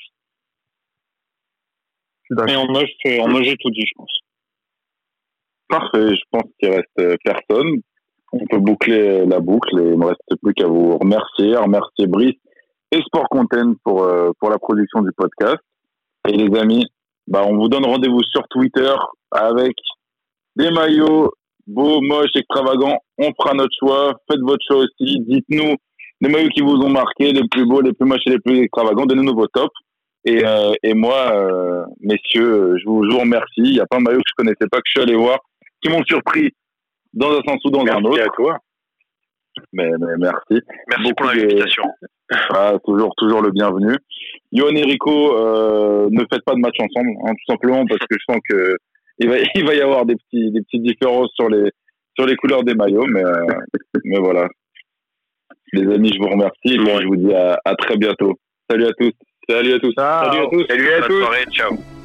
Et en moche, j'ai tout dit, je pense. Parfait, je pense qu'il reste personne. On peut boucler la boucle et il ne me reste plus qu'à vous remercier Brice et Sport Content pour la production du podcast. Et les amis, on vous donne rendez-vous sur Twitter avec des maillots beaux, moches, extravagants. On fera notre choix. Faites votre choix aussi. Dites-nous les maillots qui vous ont marqué, les plus beaux, les plus moches et les plus extravagants. Donnez-nous vos tops. Et moi, messieurs, je vous remercie. Il y a plein de maillots que je connaissais pas, que je suis allé voir, qui m'ont surpris dans un sens ou dans un autre. Merci à toi. Mais merci. Merci pour l'invitation. Toujours le bienvenu. Yohan et Rico, ne faites pas de match ensemble, hein, tout simplement parce que je sens que il va y avoir des petites différences sur les couleurs des maillots, mais voilà. Les amis, je vous remercie et je vous dis à très bientôt. Salut à tous. Ciao. Salut à tous. Salut à tous. Bonne soirée, ciao.